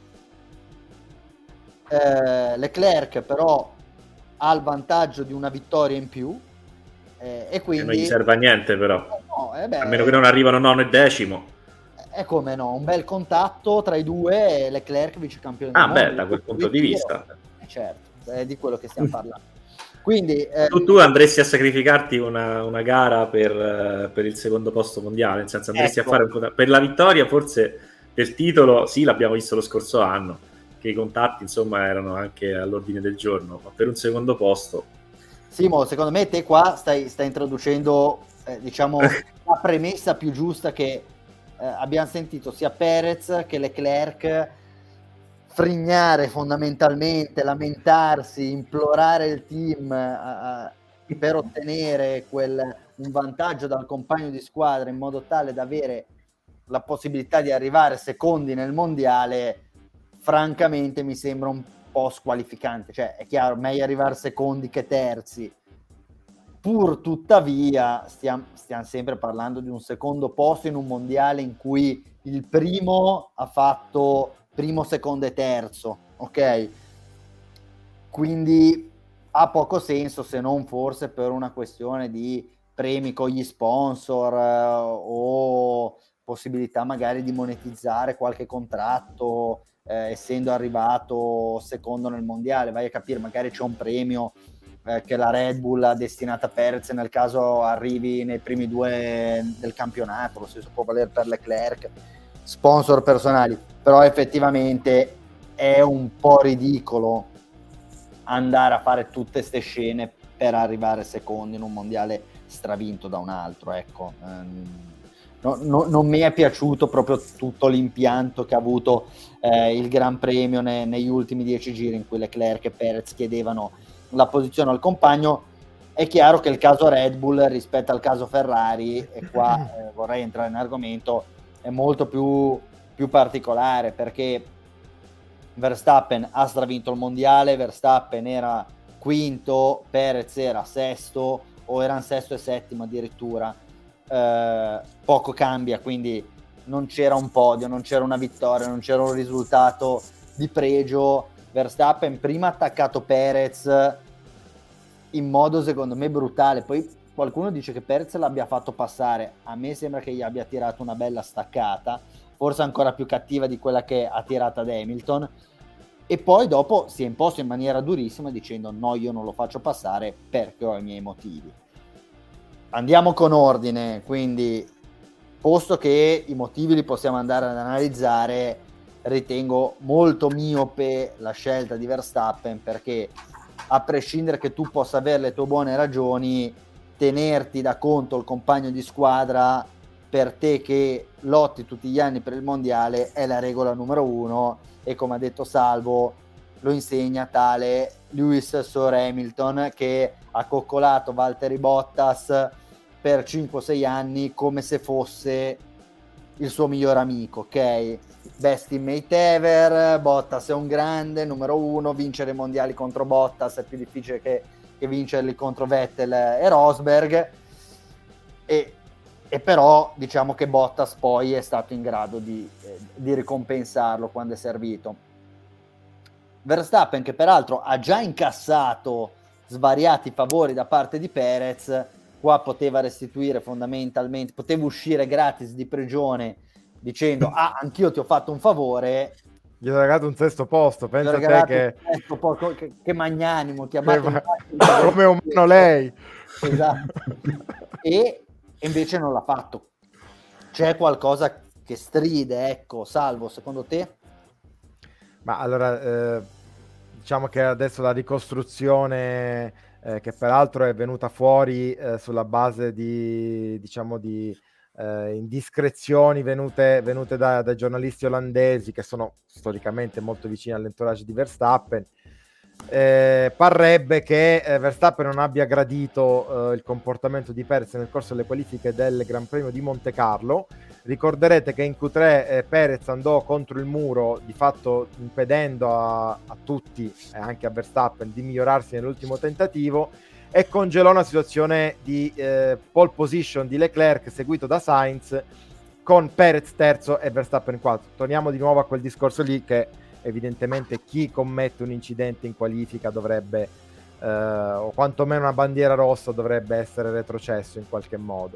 Speaker 1: Eh, Leclerc però ha il vantaggio di una vittoria in più, eh, e quindi
Speaker 2: Che non gli serve a niente però,
Speaker 1: no, eh beh,
Speaker 2: a meno che non arrivano nono e decimo.
Speaker 1: è come no, un bel contatto tra i due, Leclerc vice campione del
Speaker 2: Ah
Speaker 1: mondo.
Speaker 2: beh, da quel punto di vista.
Speaker 1: Eh, certo, è di quello che stiamo parlando. Quindi eh,
Speaker 2: tu, tu andresti a sacrificarti una, una gara per, eh, per il secondo posto mondiale, nel senso andresti
Speaker 1: ecco.
Speaker 2: a fare un, per la vittoria, forse del titolo, sì, l'abbiamo visto lo scorso anno, che i contatti insomma erano anche all'ordine del giorno, ma per un secondo posto.
Speaker 1: Simo, secondo me te qua stai, stai introducendo eh, diciamo la premessa più giusta che eh, abbiamo sentito sia Perez che Leclerc frignare fondamentalmente, lamentarsi, implorare il team uh, per ottenere quel, un vantaggio dal compagno di squadra in modo tale da avere la possibilità di arrivare secondi nel mondiale. Francamente mi sembra un po' squalificante, cioè è chiaro, meglio arrivare secondi che terzi. Pur tuttavia stiamo, stiamo sempre parlando di un secondo posto in un mondiale in cui il primo ha fatto primo, secondo e terzo, ok? Quindi ha poco senso, se non forse per una questione di premi con gli sponsor eh, o possibilità magari di monetizzare qualche contratto eh, essendo arrivato secondo nel mondiale. Vai a capire, magari c'è un premio eh, che la Red Bull ha destinato a Perez nel caso arrivi nei primi due del campionato. Lo stesso può valere per Leclerc, sponsor personali, però effettivamente è è un po' ridicolo andare a fare tutte ste scene per arrivare secondo in un mondiale stravinto da un altro, ecco. No, no, non mi è piaciuto proprio tutto l'impianto che ha avuto eh, il Gran Premio ne, negli ultimi dieci giri, in cui Leclerc e Perez chiedevano la posizione al compagno. È chiaro che il caso Red Bull rispetto al caso Ferrari, e qua eh, vorrei entrare in argomento, è molto più, più particolare, perché Verstappen ha stravinto il mondiale, Verstappen era quinto, Perez era sesto, o erano sesto e settimo addirittura. Eh, poco cambia, quindi non c'era un podio, non c'era una vittoria, non c'era un risultato di pregio. Verstappen prima ha attaccato Perez in modo secondo me brutale, poi qualcuno dice che Perez l'abbia fatto passare, a me sembra che gli abbia tirato una bella staccata, forse ancora più cattiva di quella che ha tirato ad Hamilton, e poi dopo si è imposto in maniera durissima dicendo no, io non lo faccio passare perché ho i miei motivi. Andiamo con ordine, quindi posto che i motivi li possiamo andare ad analizzare, ritengo molto miope la scelta di Verstappen, perché a prescindere che tu possa avere le tue buone ragioni, tenerti da conto il compagno di squadra per te che lotti tutti gli anni per il mondiale è la regola numero uno, e come ha detto Salvo lo insegna tale Lewis Sir Hamilton, che ha coccolato Valtteri Bottas per cinque o sei anni come se fosse il suo miglior amico, ok? Best teammate ever, Bottas è un grande, numero uno, vincere i mondiali contro Bottas è più difficile che, che vincerli contro Vettel e Rosberg, e, e però diciamo che Bottas poi è stato in grado di, eh, di ricompensarlo quando è servito. Verstappen, che peraltro ha già incassato svariati favori da parte di Perez, qua poteva restituire fondamentalmente, poteva uscire gratis di prigione dicendo ah, anch'io ti ho fatto un favore,
Speaker 3: gli ho regalato un sesto posto, pensa te che...
Speaker 1: Sesto posto, che, che magnanimo, chiamato
Speaker 3: ma... come umano lei,
Speaker 1: esatto. e, e invece non l'ha fatto. C'è qualcosa che stride, ecco. Salvo, secondo te?
Speaker 3: Ma allora eh, diciamo che adesso la ricostruzione Eh, che peraltro è venuta fuori eh, sulla base di, diciamo, di eh, indiscrezioni venute, venute da, dai giornalisti olandesi, che sono storicamente molto vicini all'entourage di Verstappen. Eh, parrebbe che eh, Verstappen non abbia gradito eh, il comportamento di Perez nel corso delle qualifiche del Gran Premio di Monte Carlo. Ricorderete che in Q tre eh, Perez andò contro il muro, di fatto impedendo a, a tutti e anche a Verstappen di migliorarsi nell'ultimo tentativo, e congelò una situazione di eh, pole position di Leclerc seguito da Sainz, con Perez terzo e Verstappen quarto. Torniamo di nuovo a quel discorso lì, che evidentemente chi commette un incidente in qualifica dovrebbe eh, o quantomeno una bandiera rossa dovrebbe essere retrocesso in qualche modo.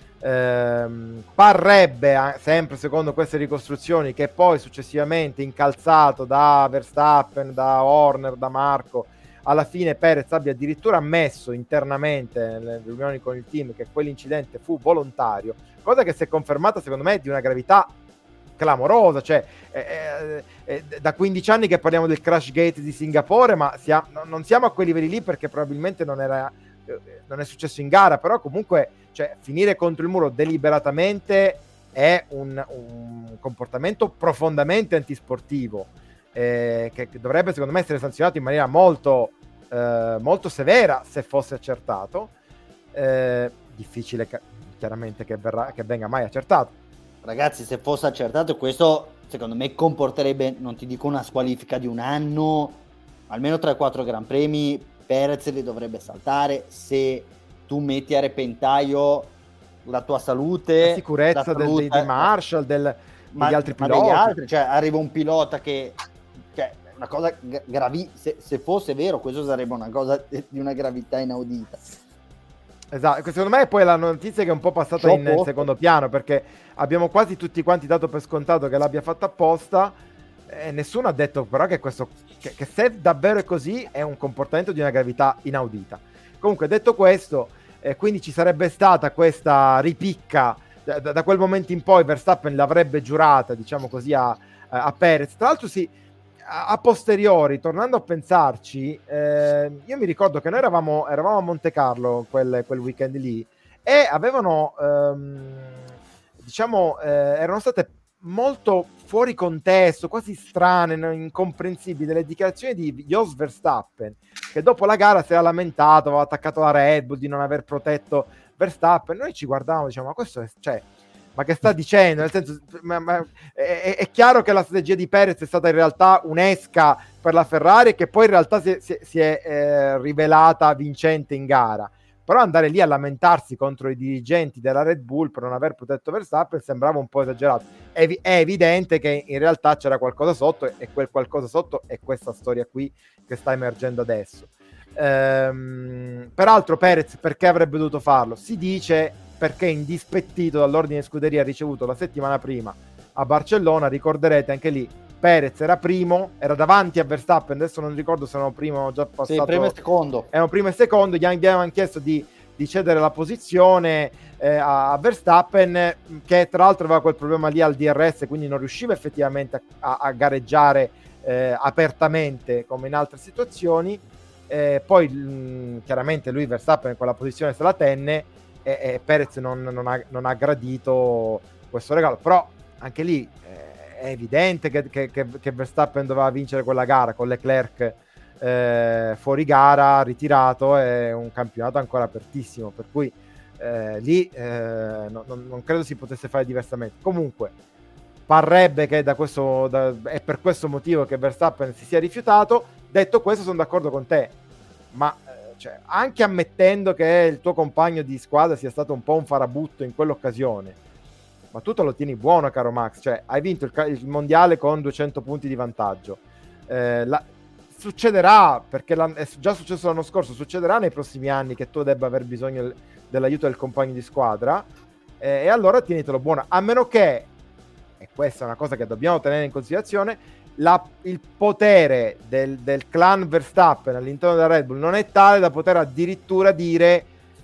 Speaker 3: Ehm, parrebbe, sempre secondo queste ricostruzioni, che poi successivamente, incalzato da Verstappen, da Horner, da Marco, alla fine Perez abbia addirittura ammesso internamente nelle riunioni con il team che quell'incidente fu volontario, cosa che si è confermata secondo me di una gravità clamorosa. Cioè eh, eh, da quindici anni che parliamo del crash gate di Singapore, ma siamo, non siamo a quei livelli lì, perché probabilmente non era eh, non è successo in gara, però comunque, cioè, finire contro il muro deliberatamente è un, un comportamento profondamente antisportivo, eh, che, che dovrebbe secondo me essere sanzionato in maniera molto eh, molto severa se fosse accertato. Eh, difficile ca- chiaramente che, verrà, che venga mai accertato.
Speaker 1: Ragazzi, se fosse accertato, questo secondo me comporterebbe, non ti dico una squalifica di un anno, almeno tre quattro Gran Premi Perez li dovrebbe saltare, se tu metti a repentaglio la tua salute,
Speaker 3: la sicurezza
Speaker 1: la salute,
Speaker 3: del, dei, dei Marshall, del,
Speaker 1: ma,
Speaker 3: degli altri
Speaker 1: ma
Speaker 3: piloti.
Speaker 1: Degli altri, cioè arriva un pilota che, cioè, una cosa gravi, se, se fosse vero, questo sarebbe una cosa di una gravità inaudita.
Speaker 3: Esatto, secondo me poi la notizia che è un po' passata in, in secondo piano, perché abbiamo quasi tutti quanti dato per scontato che l'abbia fatta apposta, e nessuno ha detto però che questo, che, che se davvero è così è un comportamento di una gravità inaudita. Comunque, detto questo, eh, quindi ci sarebbe stata questa ripicca, da, da quel momento in poi Verstappen l'avrebbe giurata, diciamo così, a, a Perez. Tra l'altro si a, a posteriori, tornando a pensarci, eh, io mi ricordo che noi eravamo, eravamo a Monte Carlo quel, quel weekend lì e avevano, ehm, diciamo, eh, erano state molto fuori contesto, quasi strane, no, incomprensibili, le dichiarazioni di Jos Verstappen, che dopo la gara si era lamentato, aveva attaccato la Red Bull di non aver protetto Verstappen. Noi ci guardavamo, diciamo, ma questo è, cioè, ma che sta dicendo? Nel senso, ma, ma, è, è chiaro che la strategia di Perez è stata in realtà un'esca per la Ferrari e che poi in realtà si, si, si è eh, rivelata vincente in gara. Però andare lì a lamentarsi contro i dirigenti della Red Bull per non aver protetto Verstappen sembrava un po' esagerato. È, è evidente che in realtà c'era qualcosa sotto e quel qualcosa sotto è questa storia qui che sta emergendo adesso. Ehm, peraltro Perez perché avrebbe dovuto farlo? Si dice perché indispettito dall'ordine di scuderia ricevuto la settimana prima a Barcellona. Ricorderete anche lì Perez era primo, era davanti a Verstappen, adesso non ricordo se erano primo o già passato.
Speaker 1: Sì, primo e secondo.
Speaker 3: Erano primo e secondo, gli abbiamo chiesto di, di cedere la posizione eh, a, a Verstappen, che tra l'altro aveva quel problema lì al D R S, quindi non riusciva effettivamente a, a, a gareggiare eh, apertamente come in altre situazioni. Eh, poi mh, chiaramente lui Verstappen in quella posizione se la tenne e, e Perez non, non, ha, non ha gradito questo regalo, però anche lì eh, è evidente che, che, che Verstappen doveva vincere quella gara con Leclerc eh, fuori gara, ritirato, e un campionato ancora apertissimo, per cui eh, lì eh, no, non, non credo si potesse fare diversamente. Comunque parrebbe che da questo da, è per questo motivo che Verstappen si sia rifiutato. Detto questo, sono d'accordo con te, ma eh, cioè, anche ammettendo che il tuo compagno di squadra sia stato un po' un farabutto in quell'occasione, ma tu te lo tieni buono, caro Max, cioè hai vinto il, il mondiale con duecento punti di vantaggio. Eh, la, succederà, perché la, è già successo l'anno scorso, succederà nei prossimi anni che tu debba aver bisogno del, dell'aiuto del compagno di squadra, eh, e allora tienitelo buono, a meno che, e questa è una cosa che dobbiamo tenere in considerazione, la, il potere del, del clan Verstappen all'interno della Red Bull non è tale da poter addirittura dire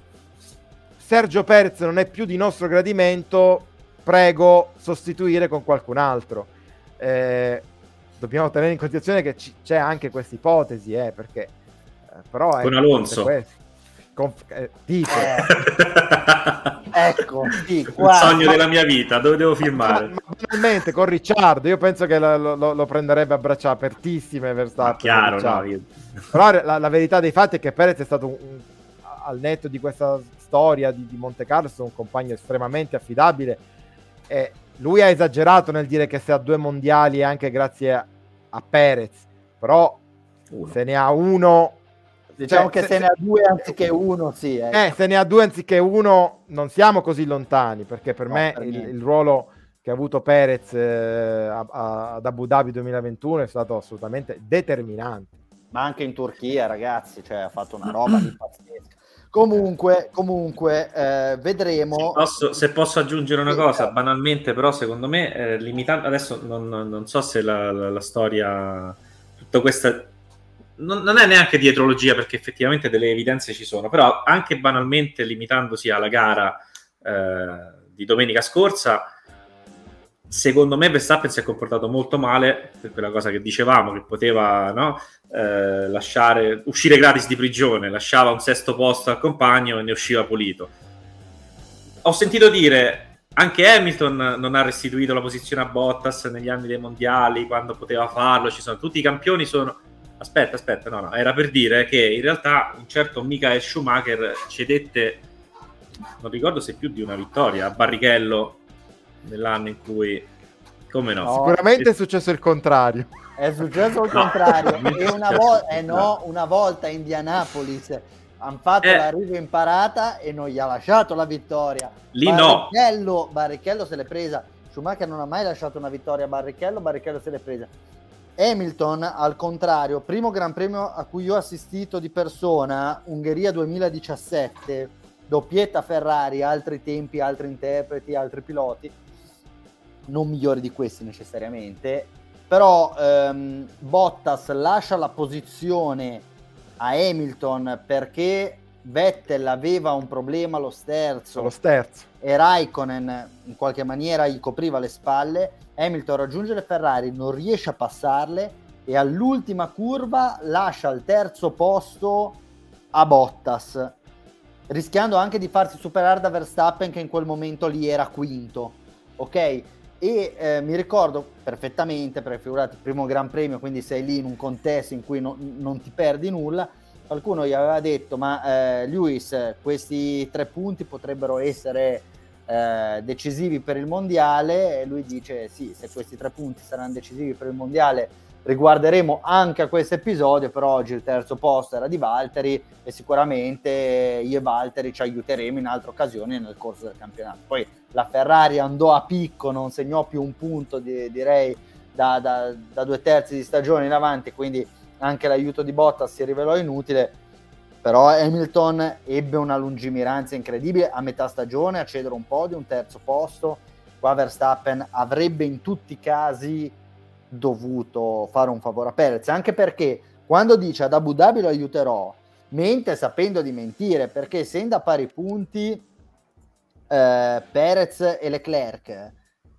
Speaker 3: Sergio Perez non è più di nostro gradimento, prego sostituire con qualcun altro. Eh, dobbiamo tenere in considerazione che c- c'è anche questa ipotesi, eh, perché eh, però è
Speaker 2: con Alonso
Speaker 3: con, eh, tipo
Speaker 1: ecco sì,
Speaker 2: il
Speaker 1: qua,
Speaker 2: sogno
Speaker 1: ma...
Speaker 2: della mia vita, dove devo firmare?
Speaker 3: Ma, ma banalmente con Ricciardo io penso che lo, lo, lo prenderebbe a braccia apertissime Verstappen,
Speaker 2: chiaro, no, io...
Speaker 3: però la, la verità dei fatti è che Perez è stato un, un, al netto di questa storia di, di Monte Carlo, un compagno estremamente affidabile. E lui ha esagerato nel dire che se ha due mondiali anche grazie a, a Perez, però uno. se ne ha uno,
Speaker 1: diciamo
Speaker 3: cioè,
Speaker 1: che
Speaker 3: se,
Speaker 1: se ne ha due anziché uno, sì, ecco.
Speaker 3: eh, se ne ha due anziché uno non siamo così lontani, perché per
Speaker 1: no,
Speaker 3: me
Speaker 1: per
Speaker 3: il, il ruolo che ha avuto Perez eh, a, a, ad Abu Dhabi duemilaventuno è stato assolutamente determinante,
Speaker 1: ma anche in Turchia, ragazzi, cioè ha fatto una roba di pazzesca. Comunque, comunque eh, vedremo.
Speaker 2: Se posso, se posso aggiungere una cosa, banalmente, però, secondo me, eh, limitando adesso non, non so se la, la, la storia, tutta questa, non, non è neanche dietrologia, perché effettivamente delle evidenze ci sono, però anche banalmente limitandosi alla gara eh, di domenica scorsa, secondo me Verstappen si è comportato molto male per quella cosa che dicevamo, che poteva, no, eh, lasciare uscire gratis di prigione, lasciava un sesto posto al compagno e ne usciva pulito. Ho sentito dire anche Hamilton non ha restituito la posizione a Bottas negli anni dei mondiali quando poteva farlo, ci sono tutti i campioni sono aspetta aspetta no no era per dire che in realtà un certo Michael Schumacher cedette, non ricordo se più di una vittoria, a Barrichello nell'anno in cui, come no,
Speaker 3: no sicuramente è successo il contrario,
Speaker 1: è successo il
Speaker 2: no.
Speaker 1: contrario e una volta eh no, una volta a Indianapolis hanno fatto
Speaker 2: eh.
Speaker 1: la riga in parata e non gli ha lasciato la vittoria
Speaker 2: lì.
Speaker 1: Barrichello,
Speaker 2: no
Speaker 1: Barrichello se l'è presa, Schumacher non ha mai lasciato una vittoria a Barrichello, Barrichello se l'è presa. Hamilton al contrario, primo gran premio a cui io ho assistito di persona, Ungheria duemiladiciassette, doppietta Ferrari, altri tempi, altri interpreti, altri piloti, non migliori di questi necessariamente, però ehm, Bottas lascia la posizione a Hamilton perché Vettel aveva un problema allo sterzo,
Speaker 3: lo sterzo.
Speaker 1: e Raikkonen in qualche maniera gli copriva le spalle. Hamilton raggiunge le Ferrari, non riesce a passarle, e all'ultima curva lascia al terzo posto a Bottas, rischiando anche di farsi superare da Verstappen, che in quel momento lì era quinto, ok? E eh, mi ricordo perfettamente, perché figurati, primo Gran Premio, quindi sei lì in un contesto in cui no, non ti perdi nulla. Qualcuno gli aveva detto, ma eh, Lewis, questi tre punti potrebbero essere eh, decisivi per il mondiale, e lui dice sì, se questi tre punti saranno decisivi per il mondiale riguarderemo anche a questo episodio, però oggi il terzo posto era di Valtteri e sicuramente io e Valtteri ci aiuteremo in altre occasioni nel corso del campionato. Poi la Ferrari andò a picco, non segnò più un punto, di, direi da, da, da due terzi di stagione in avanti, quindi anche l'aiuto di Bottas si rivelò inutile, però Hamilton ebbe una lungimiranza incredibile a metà stagione a cedere un po' di un terzo posto. Qua Verstappen avrebbe in tutti i casi dovuto fare un favore a Perez, anche perché quando dice ad Abu Dhabi lo aiuterò, mente sapendo di mentire, perché essendo a pari punti eh, Perez e Leclerc,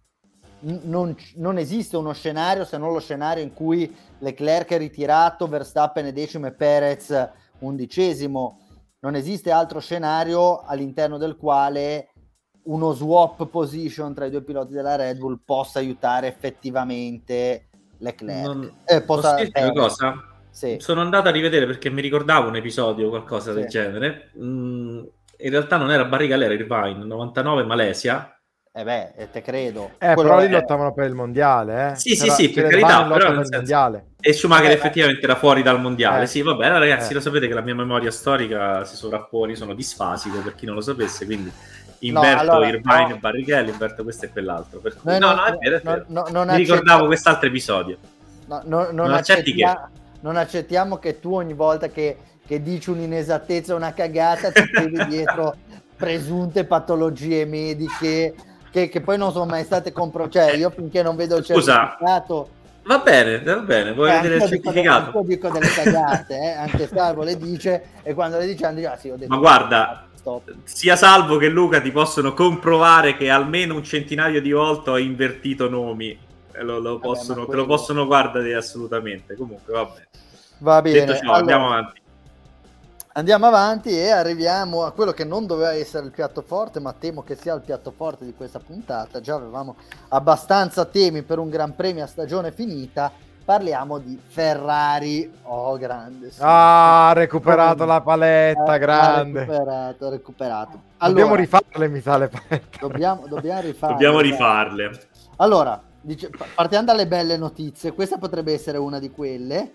Speaker 1: n- non, non esiste uno scenario se non lo scenario in cui Leclerc è ritirato, Verstappen è decimo e Perez undicesimo. Non esiste altro scenario all'interno del quale uno swap position tra i due piloti della Red Bull possa aiutare effettivamente Leclerc.
Speaker 2: Non...
Speaker 1: Eh, possa...
Speaker 2: Posso dirti una cosa?
Speaker 1: Sì.
Speaker 2: Sono andato a rivedere perché mi ricordavo un episodio, qualcosa
Speaker 1: Sì.
Speaker 2: del genere. Mm, in realtà non era Barrichello, era Irvine, novantanove Malesia.
Speaker 1: Eh beh, te credo.
Speaker 3: Eh,
Speaker 1: Quello
Speaker 3: però lì
Speaker 1: è...
Speaker 3: lottavano per il mondiale, eh.
Speaker 2: Sì,
Speaker 3: c'era,
Speaker 2: sì, sì, per
Speaker 3: c'era
Speaker 2: carità,
Speaker 3: in lotta
Speaker 2: però
Speaker 3: per
Speaker 2: nel
Speaker 3: il
Speaker 2: senso...
Speaker 3: mondiale.
Speaker 2: E Schumacher
Speaker 1: eh,
Speaker 2: effettivamente era fuori dal mondiale.
Speaker 3: Eh.
Speaker 2: Sì, va bene, ragazzi,
Speaker 3: Eh.
Speaker 2: lo sapete che la mia memoria storica si sovrappone, sono disfasico, per chi non lo sapesse, quindi inverto
Speaker 1: no, allora,
Speaker 2: Irvine
Speaker 1: no.
Speaker 2: e Barrichello, inverto questo e quell'altro. Per cui...
Speaker 1: Noi
Speaker 2: No,
Speaker 1: non-
Speaker 2: no, è vero, è
Speaker 1: no,
Speaker 2: vero.
Speaker 1: no, non
Speaker 2: Mi ricordavo
Speaker 1: accettiamo-
Speaker 2: quest'altro episodio.
Speaker 1: No, no, non,
Speaker 2: Non accetti
Speaker 1: accettia- non accettiamo che tu ogni volta che, che dici un'inesattezza o una cagata ti tieni dietro presunte patologie mediche che, che poi non sono mai state comprovate. Cioè, io finché non vedo il
Speaker 2: Scusa,
Speaker 1: certificato,
Speaker 2: va bene, va bene, vuoi
Speaker 1: eh,
Speaker 2: vedere il
Speaker 1: anch'io dico,
Speaker 2: certificato?
Speaker 1: anch'io dico delle cagate, eh, anche Salvo le dice, e quando le dice, dice ah, sì, ho detto
Speaker 2: Ma guarda,
Speaker 1: stop.
Speaker 2: sia Salvo che Luca ti possono comprovare che almeno un centinaio di volte ho invertito nomi. Lo, lo
Speaker 1: Vabbè,
Speaker 2: possono,
Speaker 1: ma
Speaker 2: te lo
Speaker 1: quello-
Speaker 2: possono guardare assolutamente. Comunque, va bene.
Speaker 1: Va bene,
Speaker 2: Detto ciò,
Speaker 1: allora,
Speaker 2: andiamo avanti.
Speaker 1: andiamo avanti e arriviamo a quello che non doveva essere il piatto forte, ma temo che sia il piatto forte di questa puntata. Già avevamo abbastanza temi per un Gran Premio a stagione finita. Parliamo di Ferrari. Oh, grande. Sì.
Speaker 3: Ah, ha recuperato
Speaker 1: Oh,
Speaker 3: la paletta,
Speaker 1: ha-
Speaker 3: grande.
Speaker 1: Ha recuperato, ha recuperato.
Speaker 3: Dobbiamo
Speaker 1: Allora,
Speaker 3: rifarle, mi sa, le palette.
Speaker 1: dobbiamo, dobbiamo rifarle.
Speaker 2: Dobbiamo
Speaker 1: dai.
Speaker 2: rifarle.
Speaker 1: Allora, dice- pa- partiamo dalle belle notizie. Questa potrebbe essere una di quelle,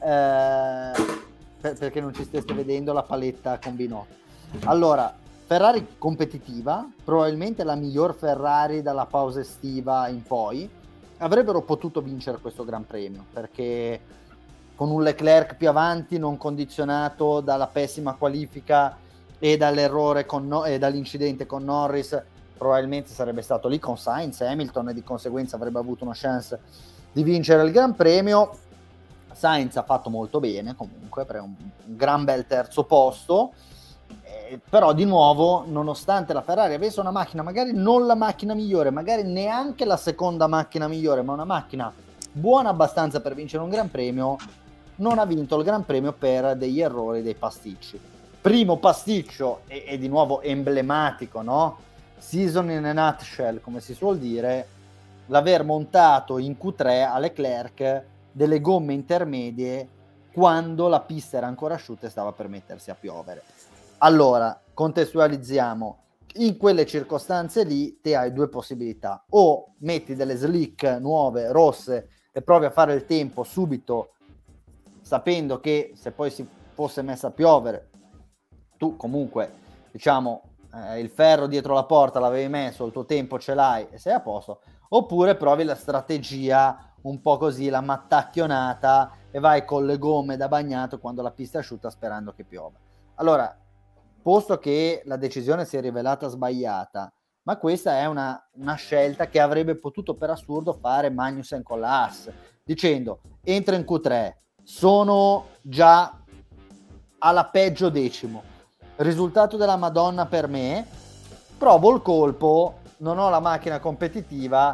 Speaker 1: eh, per- perché non ci stesse vedendo la paletta con Binotto. Allora, Ferrari competitiva, probabilmente la miglior Ferrari dalla pausa estiva in poi. Avrebbero potuto vincere questo Gran Premio, perché con un Leclerc più avanti, non condizionato dalla pessima qualifica e dall'errore con no- e dall'incidente con Norris, probabilmente sarebbe stato lì con Sainz e Hamilton, e di conseguenza avrebbe avuto una chance di vincere il Gran Premio. Sainz ha fatto molto bene comunque, per un, un gran bel terzo posto, eh, però di nuovo, nonostante la Ferrari avesse una macchina, magari non la macchina migliore, magari neanche la seconda macchina migliore, ma una macchina buona abbastanza per vincere un Gran Premio, non ha vinto il Gran Premio per degli errori, dei pasticci. Primo pasticcio, e, e di nuovo emblematico, no? Season in a nutshell, come si suol dire, l'aver montato in Q tre a Leclerc delle gomme intermedie quando la pista era ancora asciutta e stava per mettersi a piovere. Allora, contestualizziamo, in quelle circostanze lì te hai due possibilità: o metti delle slick nuove, rosse, e provi a fare il tempo subito, sapendo che se poi si fosse messa a piovere, tu comunque, diciamo, eh, il ferro dietro la porta l'avevi messo, il tuo tempo ce l'hai e sei a posto. Oppure provi la strategia un po' così, la mattacchionata, e vai con le gomme da bagnato quando la pista è asciutta sperando che piova. Allora, posto che la decisione si è rivelata sbagliata, ma questa è una, una scelta che avrebbe potuto per assurdo fare Magnussen con la Haas, dicendo: entra in Q tre, sono già alla peggio decimo, risultato della Madonna per me, provo il colpo, non ho la macchina competitiva,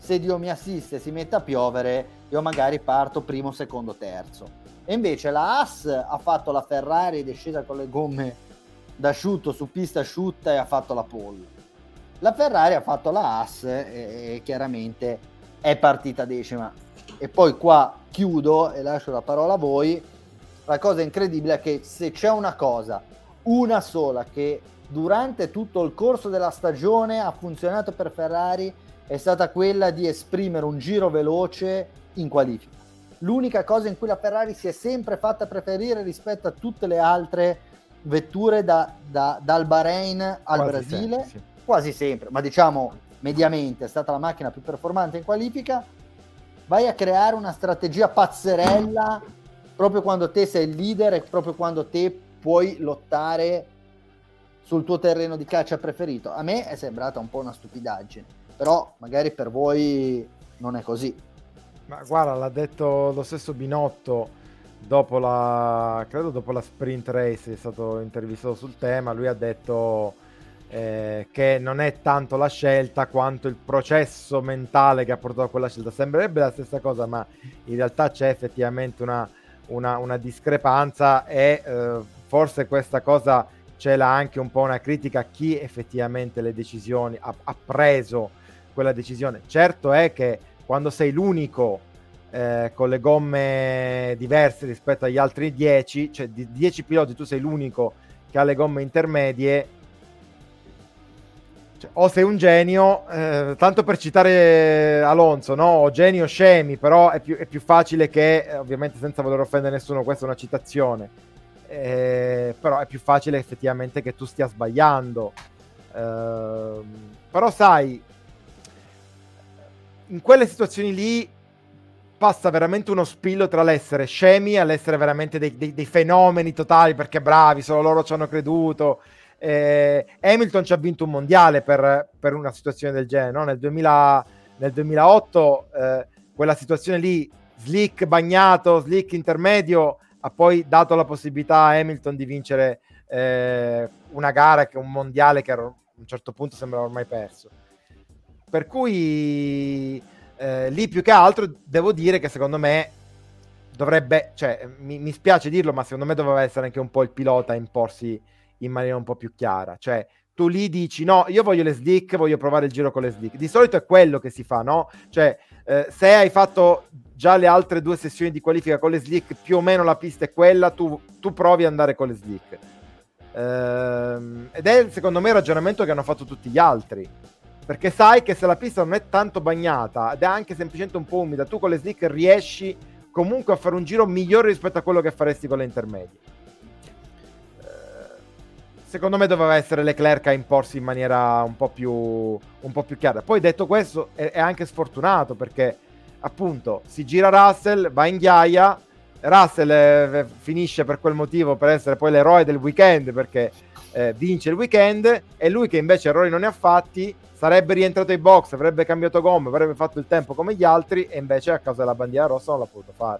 Speaker 1: se Dio mi assiste si mette a piovere, io magari parto primo, secondo, terzo. E invece la Haas ha fatto la Ferrari ed è scesa con le gomme d'asciutto su pista asciutta e ha fatto la pole. La Ferrari ha fatto la Haas e, e chiaramente è partita decima. E poi qua chiudo e lascio la parola a voi. La cosa incredibile è che se c'è una cosa, una sola, che durante tutto il corso della stagione ha funzionato per Ferrari, è stata quella di esprimere un giro veloce in qualifica. L'unica cosa in cui la Ferrari si è sempre fatta preferire rispetto a tutte le altre vetture da, da, dal Bahrain al quasi Brasile, sempre, sì. quasi sempre, ma diciamo mediamente è stata la macchina più performante in qualifica. Vai a creare una strategia pazzerella proprio quando te sei il leader e proprio quando te puoi lottare sul tuo terreno di caccia preferito. A me è sembrata un po' una stupidaggine, però magari per voi non è così.
Speaker 3: Ma guarda, l'ha detto lo stesso Binotto dopo la, credo dopo la sprint race, è stato intervistato sul tema. Lui ha detto eh, che non è tanto la scelta quanto il processo mentale che ha portato a quella scelta. Sembrerebbe la stessa cosa, ma in realtà c'è effettivamente una, una, una discrepanza e eh, forse questa cosa ce l'ha anche un po' una critica a chi effettivamente le decisioni ha, ha preso quella decisione. Certo è che quando sei l'unico eh, con le gomme diverse rispetto agli altri dieci, cioè di dieci piloti tu sei l'unico che ha le gomme intermedie, cioè, o sei un genio, eh, tanto per citare Alonso, no? O genio o scemi, però è più, è più facile che, eh, ovviamente senza voler offendere nessuno, questa è una citazione, eh, però è più facile effettivamente che tu stia sbagliando. Eh, però sai, in quelle situazioni lì passa veramente uno spillo tra l'essere scemi e l'essere veramente dei, dei, dei fenomeni totali, perché bravi, solo loro ci hanno creduto. eh, Hamilton ci ha vinto un mondiale per, per una situazione del genere, no? Nel, duemila, nel duemilaotto eh, quella situazione lì, slick bagnato, slick intermedio, ha poi dato la possibilità a Hamilton di vincere eh, una gara, che un mondiale che a un certo punto sembrava ormai perso. Per cui eh, lì più che altro devo dire che secondo me dovrebbe, cioè mi, mi spiace dirlo, ma secondo me doveva essere anche un po' il pilota a imporsi in maniera un po' più chiara. Cioè tu lì dici no, io voglio le slick, voglio provare il giro con le slick. Di solito è quello che si fa, no? Cioè eh, se hai fatto già le altre due sessioni di qualifica con le slick, più o meno la pista è quella, tu, tu provi ad andare con le slick. Ehm, ed è secondo me il ragionamento che hanno fatto tutti gli altri. Perché sai che se la pista non è tanto bagnata ed è anche semplicemente un po' umida, tu con le slick riesci comunque a fare un giro migliore rispetto a quello che faresti con le intermedie. Eh, secondo me doveva essere Leclerc a imporsi in maniera un po' più, un po' più chiara. Poi detto questo è, è anche sfortunato, perché appunto si gira Russell, va in ghiaia, Russell eh, finisce per quel motivo per essere poi l'eroe del weekend, perché eh, vince il weekend, e lui che invece errori non ne ha fatti sarebbe rientrato ai box, avrebbe cambiato gomme, avrebbe fatto il tempo come gli altri, e invece a causa della bandiera rossa non l'ha potuto fare.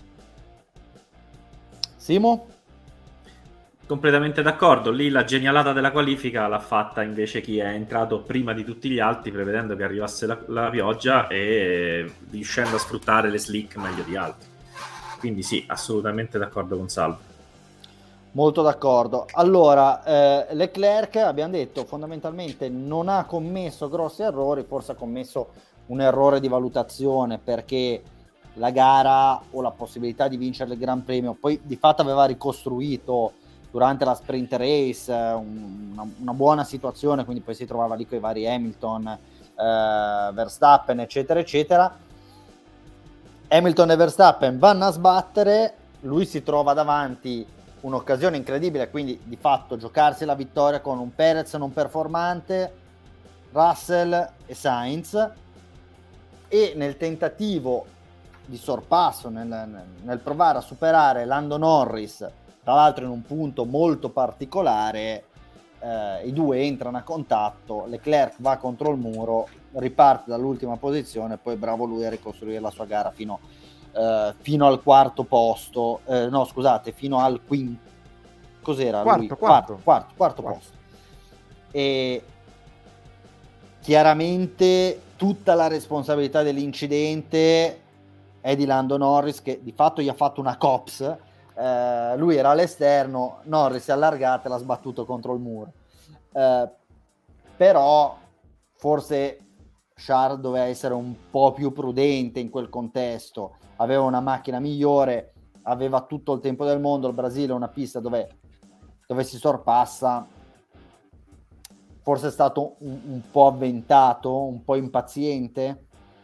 Speaker 1: Simo?
Speaker 2: Completamente d'accordo. Lì la genialata della qualifica l'ha fatta invece chi è entrato prima di tutti gli altri, prevedendo che arrivasse la, la pioggia e riuscendo a sfruttare le slick meglio di altri. Quindi sì, assolutamente d'accordo con Salvo.
Speaker 1: Molto d'accordo. Allora, eh, Leclerc, abbiamo detto, fondamentalmente non ha commesso grossi errori, forse ha commesso un errore di valutazione, perché la gara o la possibilità di vincere il Gran Premio, poi di fatto aveva ricostruito durante la sprint race una, una buona situazione, quindi poi si trovava lì con i vari Hamilton, eh, Verstappen, eccetera, eccetera. Hamilton e Verstappen vanno a sbattere, lui si trova davanti un'occasione incredibile, quindi di fatto giocarsi la vittoria con un Perez non performante, Russell e Sainz, e nel tentativo di sorpasso, nel, nel provare a superare Lando Norris, tra l'altro in un punto molto particolare, eh, i due entrano a contatto, Leclerc va contro il muro, riparte dall'ultima posizione, poi bravo lui a ricostruire la sua gara fino a Uh, fino al quarto posto, uh, no scusate, fino al quinto, cos'era
Speaker 3: quarto,
Speaker 1: lui?
Speaker 3: Quarto.
Speaker 1: Quarto, quarto, quarto,
Speaker 3: quarto
Speaker 1: posto. E chiaramente tutta la responsabilità dell'incidente è di Lando Norris, che di fatto gli ha fatto una cops. Eh, lui era all'esterno, Norris si è allargato e l'ha sbattuto contro il muro. Eh, però forse Charles doveva essere un po' più prudente in quel contesto, aveva una macchina migliore, aveva tutto il tempo del mondo. Il Brasile è una pista dove, dove si sorpassa. Forse è stato un, un po' avventato, un po' impaziente.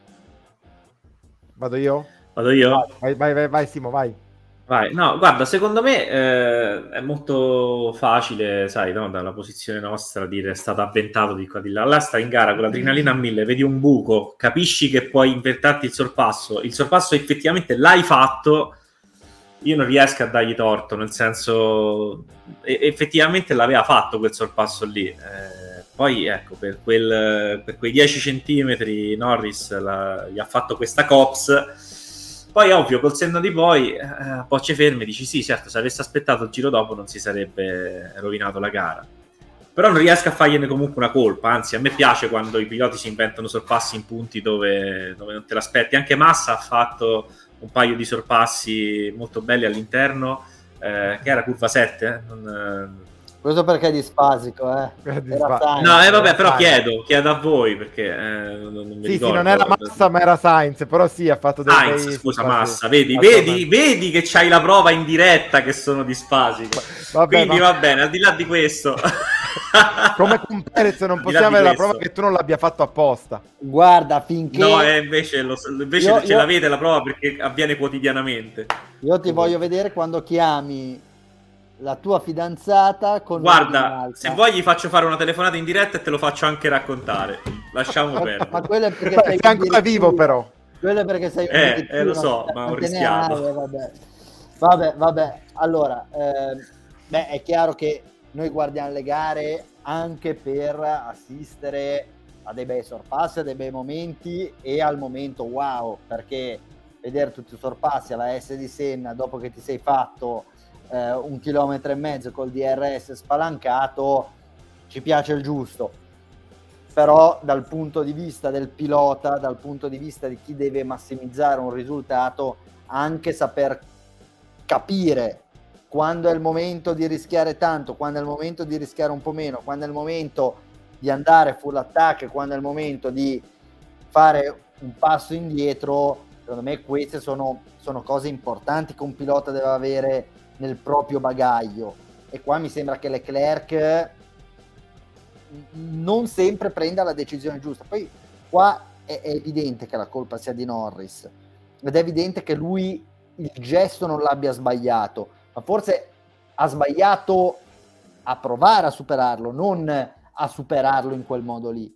Speaker 3: Vado io?
Speaker 2: Vado io?
Speaker 3: Vai, vai, vai, vai Simo, vai.
Speaker 2: Vai. No, guarda, secondo me eh, è molto facile, sai, no, dalla posizione nostra dire è stato avventato di qua di là. Là sta in gara con l'adrenalina a mille, vedi un buco, capisci che puoi inventarti il sorpasso. Il sorpasso effettivamente l'hai fatto. Io non riesco a dargli torto, nel senso, e- effettivamente l'aveva fatto quel sorpasso lì. Eh, poi ecco, per, quel, per quei dieci centimetri Norris la, gli ha fatto questa cops. Poi ovvio, col senno di poi, eh, poi ci fermi e dici sì, certo, se avesse aspettato il giro dopo non si sarebbe rovinato la gara. Però non riesco a fargliene comunque una colpa, anzi a me piace quando i piloti si inventano sorpassi in punti dove, dove non te l'aspetti. Anche Massa ha fatto un paio di sorpassi molto belli all'interno, eh, che era curva sette, eh? non,
Speaker 1: Questo perché è disfasico, eh.
Speaker 3: È di
Speaker 1: Era
Speaker 3: spa-
Speaker 1: Sainz.
Speaker 2: no, eh, vabbè, però
Speaker 3: Sainz.
Speaker 2: chiedo, chiedo a voi perché eh, non, non mi
Speaker 3: Sì,
Speaker 2: ricordo.
Speaker 3: sì, non era Massa, ma era Sainz, però sì, ha fatto dei
Speaker 2: Sainz,
Speaker 3: bei
Speaker 2: scusa,
Speaker 3: sorpassi.
Speaker 2: Massa, vedi,
Speaker 3: Assolutamente.
Speaker 2: vedi, vedi che c'hai la prova in diretta che sono disfasico.
Speaker 3: Vabbè,
Speaker 2: Quindi
Speaker 3: ma-
Speaker 2: va bene, al di là di questo.
Speaker 3: Come con Perez non
Speaker 2: Al di là
Speaker 3: possiamo
Speaker 2: di
Speaker 3: avere la
Speaker 2: questo.
Speaker 3: prova che tu non l'abbia fatto apposta.
Speaker 1: Guarda, finché
Speaker 2: No, eh, invece, lo, invece
Speaker 1: Io-
Speaker 2: ce
Speaker 1: io-
Speaker 2: l'avete la prova perché avviene quotidianamente.
Speaker 1: io ti voglio vedere quando chiami la tua fidanzata con
Speaker 2: Guarda, se vuoi gli faccio fare una telefonata in diretta e te lo faccio anche raccontare. Lasciamo
Speaker 1: ma,
Speaker 2: perdere.
Speaker 1: ma quello è perché
Speaker 3: Beh,
Speaker 1: sei
Speaker 3: sei ancora
Speaker 1: addirittura-
Speaker 3: vivo però.
Speaker 1: quello è perché sei
Speaker 2: Eh,
Speaker 1: addirittura
Speaker 2: eh, lo so, ma ho
Speaker 1: quante ne
Speaker 2: rischiato.
Speaker 1: hai, vabbè. vabbè vabbè allora eh, beh, è chiaro che noi guardiamo le gare anche per assistere a dei bei sorpassi, a dei bei momenti e al momento wow, perché vedere tutti i sorpassi alla S di Senna dopo che ti sei fatto eh, un chilometro e mezzo col D R S spalancato ci piace il giusto. Però dal punto di vista del pilota, dal punto di vista di chi deve massimizzare un risultato, anche saper capire quando è il momento di rischiare tanto, quando è il momento di rischiare un po' meno, quando è il momento di andare full attack, quando è il momento di fare un passo indietro, secondo me queste sono, sono cose importanti che un pilota deve avere nel proprio bagaglio. E qua mi sembra che Leclerc non sempre prenda la decisione giusta. Poi qua è, è evidente che la colpa sia di Norris ed è evidente che lui il gesto non l'abbia sbagliato, ma forse ha sbagliato a provare a superarlo, non a superarlo in quel modo lì.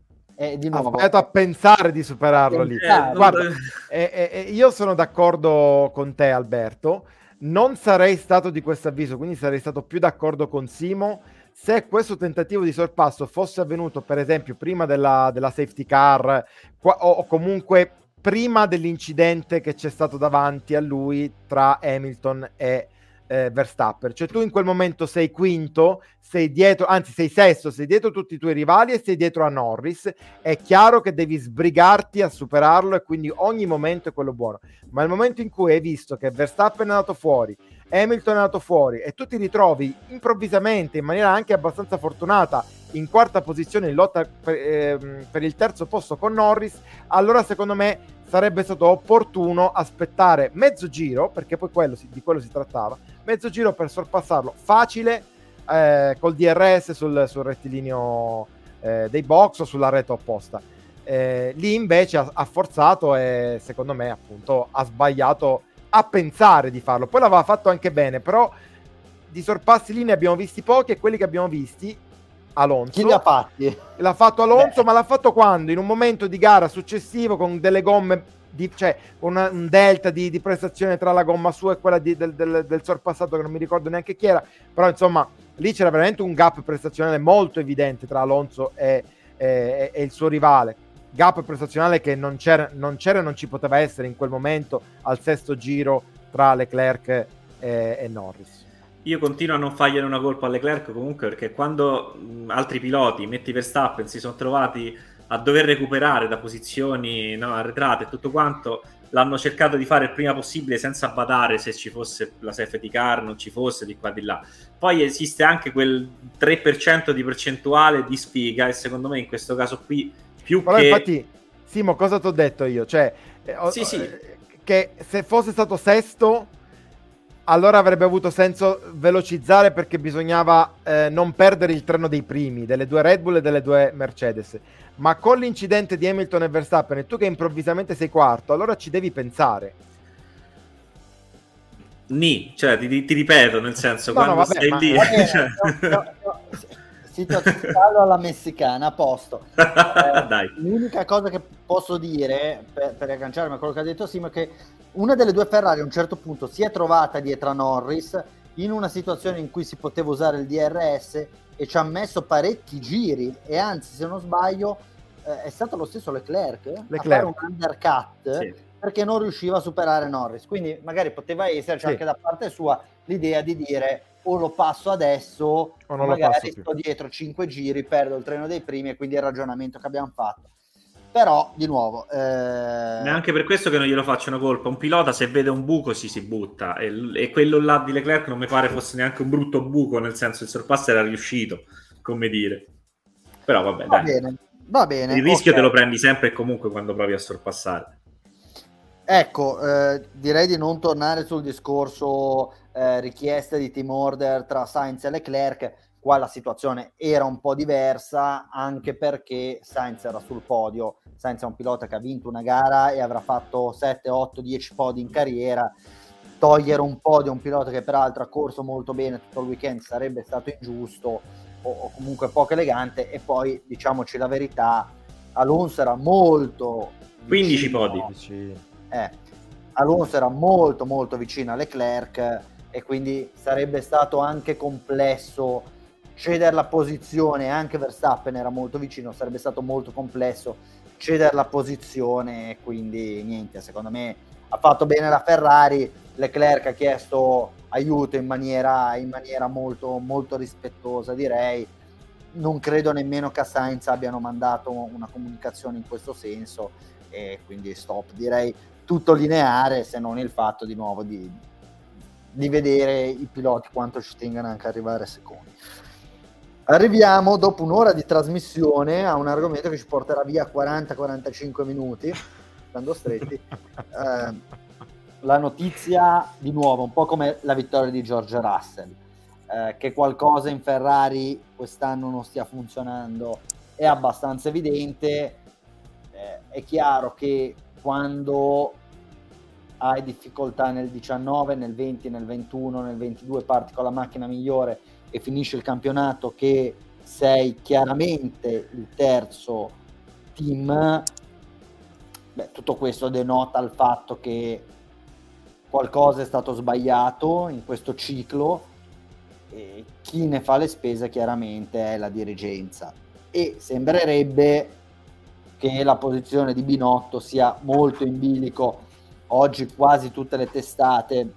Speaker 1: E di
Speaker 3: Ha
Speaker 1: nuovo
Speaker 3: sbagliato a pensare di superarlo lì.
Speaker 1: Eh,
Speaker 3: Guarda, eh, eh, eh, io sono d'accordo con te, Alberto. Non sarei stato di questo avviso, quindi sarei stato più d'accordo con Simo se questo tentativo di sorpasso fosse avvenuto, per esempio, prima della, della safety car qua, o, o comunque prima dell'incidente che c'è stato davanti a lui tra Hamilton e eh, Verstappen. Cioè tu in quel momento sei quinto, sei dietro, anzi sei sesto, sei dietro tutti i tuoi rivali e sei dietro a Norris. È chiaro che devi sbrigarti a superarlo e quindi ogni momento è quello buono. Ma nel momento in cui hai visto che Verstappen è andato fuori, Hamilton è andato fuori e tu ti ritrovi improvvisamente, in maniera anche abbastanza fortunata, in quarta posizione in lotta per, ehm, per il terzo posto con Norris, allora secondo me sarebbe stato opportuno aspettare mezzo giro, perché poi quello si, di quello si trattava, mezzo giro per sorpassarlo facile eh, col D R S sul, sul rettilineo eh, dei box o sulla rete opposta. Eh, lì invece ha, ha forzato e secondo me appunto ha sbagliato a pensare di farlo. Poi l'aveva fatto anche bene, però di sorpassi lì ne abbiamo visti pochi e quelli che abbiamo visti Alonso.
Speaker 1: Chi li ha fatti?
Speaker 3: L'ha fatto Alonso,
Speaker 1: Beh.
Speaker 3: ma l'ha fatto quando? In un momento di gara successivo con delle gomme, di, cioè una, un delta di, di prestazione tra la gomma sua e quella di, del, del, del sorpassato che non mi ricordo neanche chi era, però insomma lì c'era veramente un gap prestazionale molto evidente tra Alonso e, e, e il suo rivale. Gap prestazionale che non c'era, non c'era e non ci poteva essere in quel momento al sesto giro tra Leclerc e, e Norris.
Speaker 2: Io continuo a non fargliene una colpa a Leclerc comunque, perché quando mh, altri piloti, metti Verstappen, si sono trovati a dover recuperare da posizioni, no, arretrate e tutto quanto, l'hanno cercato di fare il prima possibile senza badare se ci fosse la safety car, non ci fosse, di qua di là. Poi esiste anche quel tre per cento di percentuale di sfiga, e secondo me in questo caso qui più
Speaker 3: Però
Speaker 2: che...
Speaker 3: infatti, Simo, cosa ti ho detto io? Cioè, eh, ho,
Speaker 2: Sì, sì.
Speaker 3: eh, che se fosse stato sesto, allora avrebbe avuto senso velocizzare, perché bisognava eh, non perdere il treno dei primi, delle due Red Bull e delle due Mercedes. Ma con l'incidente di Hamilton e Verstappen, e tu che improvvisamente sei quarto, allora ci devi pensare.
Speaker 2: Ni, cioè ti, ti ripeto, nel senso,
Speaker 3: No,
Speaker 2: quando
Speaker 3: no, vabbè,
Speaker 2: stai
Speaker 3: ma-
Speaker 2: lì...
Speaker 1: Va bene,
Speaker 2: cioè...
Speaker 1: no, no, no, situazione alla messicana, a posto. Eh,
Speaker 2: Dai.
Speaker 1: l'unica cosa che posso dire, per, per agganciarmi a quello che ha detto Simo, è che una delle due Ferrari a un certo punto si è trovata dietro a Norris in una situazione in cui si poteva usare il D R S e ci ha messo parecchi giri, e anzi, se non sbaglio, eh, è stato lo stesso Leclerc,
Speaker 3: Leclerc.
Speaker 1: a fare un undercut,
Speaker 2: Sì.
Speaker 1: perché non riusciva a superare Norris. Quindi magari poteva esserci
Speaker 3: Sì.
Speaker 1: anche da parte sua l'idea di dire: o lo passo adesso
Speaker 3: O
Speaker 1: o
Speaker 3: non lo passo
Speaker 1: magari
Speaker 3: più.
Speaker 1: sto dietro cinque giri, perdo il treno dei primi, e quindi è il ragionamento che abbiamo fatto. Però di nuovo eh...
Speaker 2: Ma è anche per questo che non glielo faccio una colpa. Un pilota, se vede un buco, si si butta, e, e quello là di Leclerc non mi pare fosse neanche un brutto buco, nel senso il sorpasso era riuscito, come dire. Però vabbè,
Speaker 1: va
Speaker 2: dai.
Speaker 1: bene, va bene,
Speaker 2: Il rischio
Speaker 1: okay.
Speaker 2: te lo prendi sempre e comunque quando provi a sorpassare.
Speaker 1: Ecco, eh, direi di non tornare sul discorso eh, richieste di team order tra Sainz e Leclerc. Qua la situazione era un po' diversa, anche perché Sainz era sul podio. Sainz è un pilota che ha vinto una gara e avrà fatto sette, otto, dieci podi in carriera. Togliere un podio a un pilota che peraltro ha corso molto bene tutto il weekend sarebbe stato ingiusto, o, o comunque poco elegante. E poi, diciamoci la verità, Alonso era molto
Speaker 2: quindici
Speaker 1: vicino,
Speaker 2: podi.
Speaker 1: Eh, Alonso era molto molto vicino a Leclerc, e quindi sarebbe stato anche complesso cedere la posizione. Anche Verstappen era molto vicino, sarebbe stato molto complesso cedere la posizione, e quindi niente, secondo me ha fatto bene la Ferrari. Leclerc ha chiesto aiuto in maniera, in maniera molto molto rispettosa, direi. Non credo nemmeno che a Sainz abbiano mandato una comunicazione in questo senso, e quindi stop, direi tutto lineare, se non il fatto di nuovo di, di vedere i piloti quanto ci tengano anche arrivare secondi. Arriviamo dopo un'ora di trasmissione a un argomento che ci porterà via quaranta quarantacinque minuti, stando stretti. eh, la notizia, di nuovo, un po' come la vittoria di George Russell, eh, che qualcosa in Ferrari quest'anno non stia funzionando è abbastanza evidente. Eh, è chiaro che quando hai difficoltà nel diciannove, nel venti, nel ventuno, nel ventidue, parti con la macchina migliore e finisce il campionato che sei chiaramente il terzo team, beh, tutto questo denota il fatto che qualcosa è stato sbagliato in questo ciclo, e chi ne fa le spese chiaramente è la dirigenza, e sembrerebbe che la posizione di Binotto sia molto in bilico. Oggi quasi tutte le testate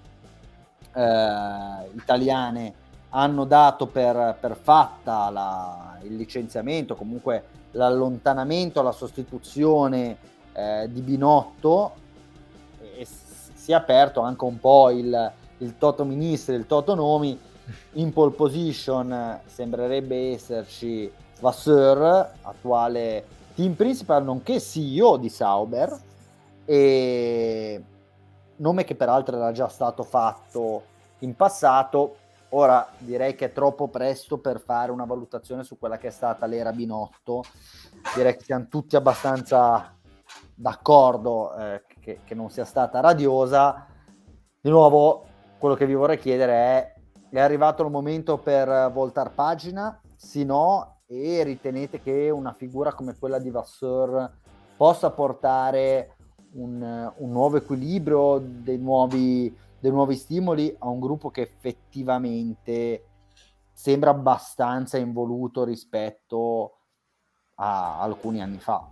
Speaker 1: eh, italiane hanno dato per, per fatta la, il licenziamento, comunque l'allontanamento, la sostituzione eh, di Binotto, e si è aperto anche un po' il, il Toto Ministri, il Toto Nomi. In pole position sembrerebbe esserci Vasseur, attuale team principal nonché C E O di Sauber, e nome che peraltro era già stato fatto in passato. Ora direi che è troppo presto per fare una valutazione su quella che è stata l'era Binotto. Direi che siamo tutti abbastanza d'accordo eh, che, che non sia stata radiosa. Di nuovo, quello che vi vorrei chiedere è: è arrivato il momento per voltar pagina? Sì, no? E ritenete che una figura come quella di Vasseur possa portare un, un nuovo equilibrio, dei nuovi, dei nuovi stimoli a un gruppo che effettivamente sembra abbastanza involuto rispetto a alcuni anni fa?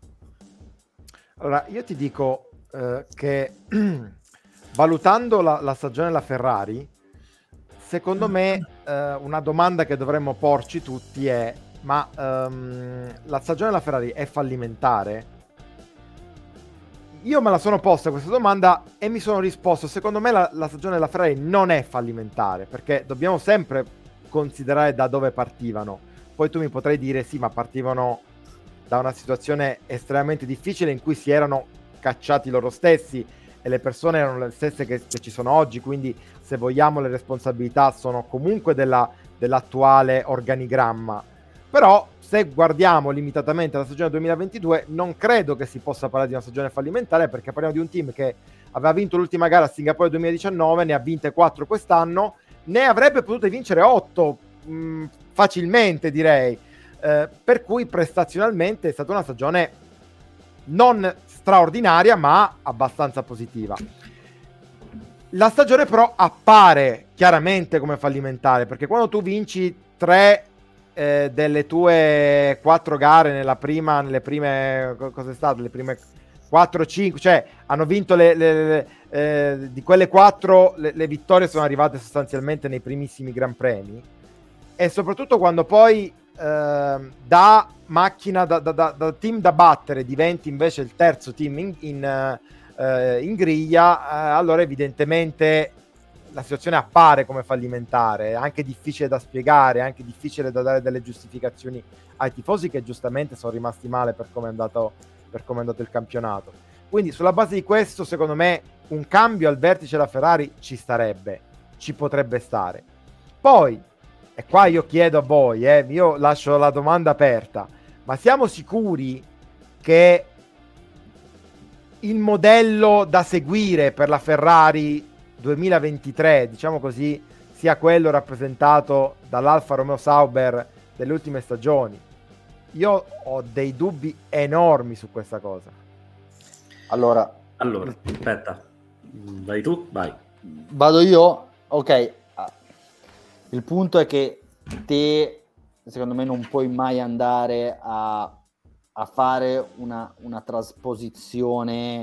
Speaker 3: Allora, io ti dico eh, che valutando la, la stagione della Ferrari, secondo me eh, una domanda che dovremmo porci tutti è: ma um, la stagione della Ferrari è fallimentare? Io me la sono posta questa domanda e mi sono risposto, secondo me la, la stagione della Ferrari non è fallimentare, perché dobbiamo sempre considerare da dove partivano. Poi tu mi potrai dire sì, ma partivano da una situazione estremamente difficile in cui si erano cacciati loro stessi e le persone erano le stesse che, che ci sono oggi, quindi se vogliamo le responsabilità sono comunque della, dell'attuale organigramma. Però se guardiamo limitatamente la stagione duemilaventidue non credo che si possa parlare di una stagione fallimentare, perché parliamo di un team che aveva vinto l'ultima gara a Singapore duemiladiciannove, ne ha vinte quattro quest'anno, ne avrebbe potute vincere otto mh, facilmente, direi, eh, per cui prestazionalmente è stata una stagione non straordinaria ma abbastanza positiva. La stagione però appare chiaramente come fallimentare, perché quando tu vinci tre eh, delle tue quattro gare nella prima, nelle prime, cosa è stato? Le prime quattro cinque, cioè hanno vinto le, le, le eh, di quelle quattro le, le vittorie sono arrivate sostanzialmente nei primissimi Gran Premi, e soprattutto quando poi eh, da macchina da, da, da, da team da battere diventi invece il terzo team in, in, uh, in griglia, uh, allora evidentemente la situazione appare come fallimentare, è anche difficile da spiegare, è anche difficile da dare delle giustificazioni ai tifosi che giustamente sono rimasti male per come è andato, per come è andato il campionato. Quindi sulla base di questo, secondo me, un cambio al vertice della Ferrari ci starebbe, ci potrebbe stare. Poi, e qua io chiedo a voi, eh, io lascio la domanda aperta, ma siamo sicuri che il modello da seguire per la Ferrari duemilaventitré, diciamo così, sia quello rappresentato dall'Alfa Romeo Sauber delle ultime stagioni? Io ho dei dubbi enormi su questa cosa.
Speaker 1: Allora,
Speaker 2: allora aspetta, vai tu, vai.
Speaker 1: Vado io? Ok. Il punto è che te, secondo me, non puoi mai andare a, a fare una, una trasposizione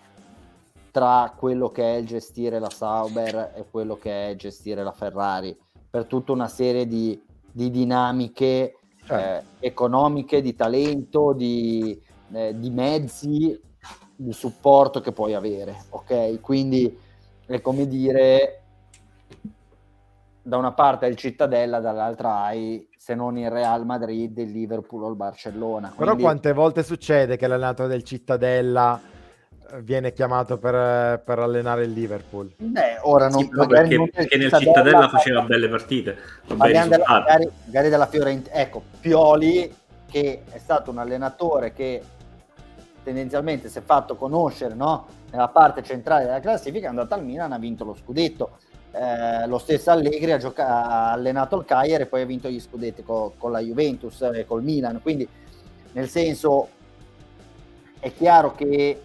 Speaker 1: tra quello che è il gestire la Sauber e quello che è gestire la Ferrari, per tutta una serie di, di dinamiche eh, economiche, di talento, di, eh, di mezzi, di supporto che puoi avere, ok? Quindi è come dire, da una parte hai il Cittadella, dall'altra hai, se non il Real Madrid, il Liverpool o il Barcellona.
Speaker 3: Però quindi quante volte succede che l'allenatore del Cittadella viene chiamato per, per allenare il Liverpool?
Speaker 1: Beh, ora non,
Speaker 2: sì, perché, non perché nel Cittadella, Cittadella faceva belle partite,
Speaker 1: parliamo della, magari, magari della Fiorentina. Ecco, Pioli, che è stato un allenatore che tendenzialmente si è fatto conoscere, no? Nella parte centrale della classifica, è andato al Milan, ha vinto lo scudetto. Eh, lo stesso Allegri ha, gioca- ha allenato il Cagliari e poi ha vinto gli scudetti co- con la Juventus e col Milan, quindi nel senso è chiaro che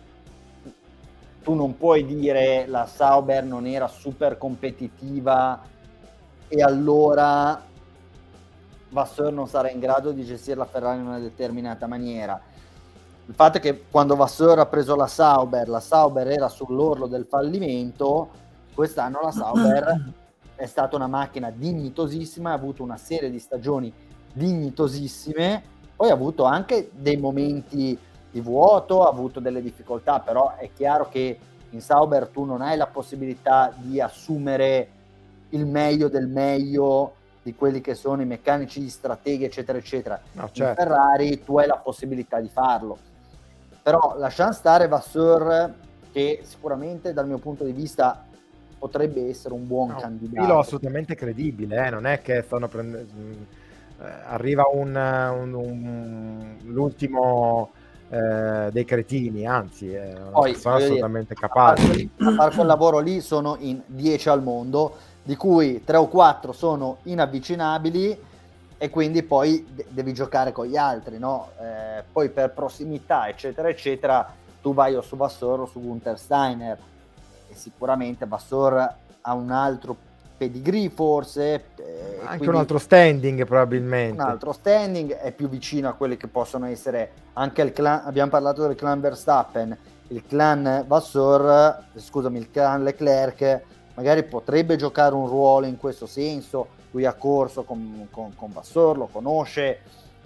Speaker 1: tu non puoi dire la Sauber non era super competitiva e allora Vasseur non sarà in grado di gestire la Ferrari in una determinata maniera. Il fatto è che quando Vasseur ha preso la Sauber, la Sauber era sull'orlo del fallimento. Quest'anno la Sauber è stata una macchina dignitosissima, ha avuto una serie di stagioni dignitosissime, poi ha avuto anche dei momenti di vuoto, ha avuto delle difficoltà, però è chiaro che in Sauber tu non hai la possibilità di assumere il meglio del meglio di quelli che sono i meccanici, gli strateghi, eccetera, eccetera. No, certo. In Ferrari tu hai la possibilità di farlo. Però lasciamo stare Vasseur, che sicuramente dal mio punto di vista potrebbe essere un buon no, candidato.
Speaker 3: Io l'ho assolutamente credibile, eh? Non è che stanno prendendo eh, arriva un, un, un l'ultimo eh, dei cretini, anzi è una Poi, persona assolutamente dire, capace.
Speaker 1: A fare quel lavoro lì sono in dieci al mondo, di cui tre o quattro sono inavvicinabili e quindi poi de- devi giocare con gli altri, no? Eh, poi per prossimità, eccetera, eccetera, tu vai o su Vasseur o su Gunther Steiner. Sicuramente Vasseur ha un altro pedigree forse,
Speaker 3: eh, anche un altro standing probabilmente,
Speaker 1: un altro standing, è più vicino a quelli che possono essere anche il clan, abbiamo parlato del clan Verstappen, il clan Vasseur, scusami, il clan Leclerc magari potrebbe giocare un ruolo in questo senso, lui ha corso con, con, con Vasseur, lo conosce,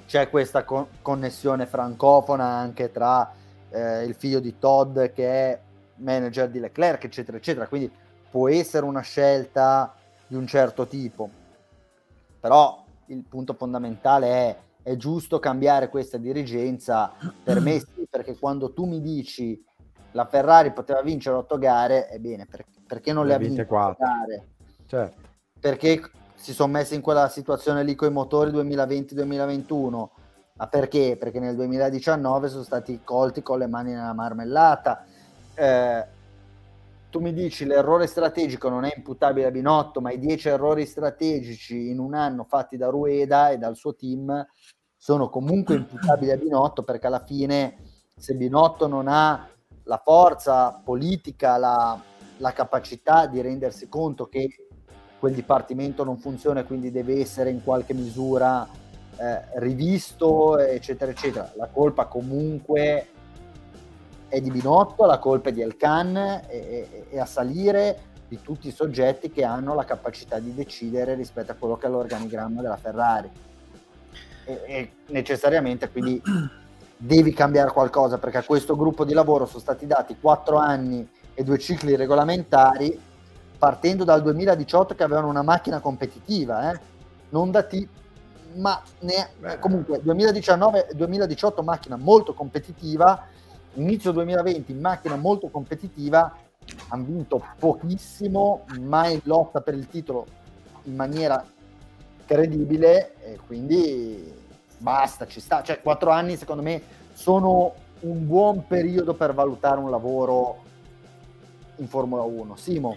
Speaker 1: c'è questa con- connessione francofona anche tra eh, il figlio di Todd che è manager di Leclerc, eccetera, eccetera, quindi può essere una scelta di un certo tipo, però il punto fondamentale è è giusto cambiare questa dirigenza per me sì, perché quando tu mi dici la Ferrari poteva vincere otto gare, ebbene, per, perché non le, le ha vinte quattro gare?
Speaker 3: Certo.
Speaker 1: Perché si sono messi in quella situazione lì con i motori duemilaventi duemilaventuno, ma perché? Perché nel duemiladiciannove sono stati colti con le mani nella marmellata. Eh, tu mi dici l'errore strategico non è imputabile a Binotto, ma i dieci errori strategici in un anno fatti da Rueda e dal suo team sono comunque imputabili a Binotto, perché alla fine se Binotto non ha la forza politica, la, la capacità di rendersi conto che quel dipartimento non funziona e quindi deve essere in qualche misura eh, rivisto, eccetera, eccetera, la colpa comunque è di Binotto, la colpa è di Elkann e, e, e a salire di tutti i soggetti che hanno la capacità di decidere rispetto a quello che è l'organigramma della Ferrari. E, e necessariamente quindi devi cambiare qualcosa, perché a questo gruppo di lavoro sono stati dati quattro anni e due cicli regolamentari, partendo dal duemiladiciotto che avevano una macchina competitiva, eh? non da T, ma ne, comunque duemiladiciannove duemiladiciotto macchina molto competitiva, inizio duemilaventi macchina molto competitiva, hanno vinto pochissimo, ma in lotta per il titolo in maniera credibile, e quindi basta, ci sta, cioè quattro anni secondo me sono un buon periodo per valutare un lavoro in Formula uno. Simo?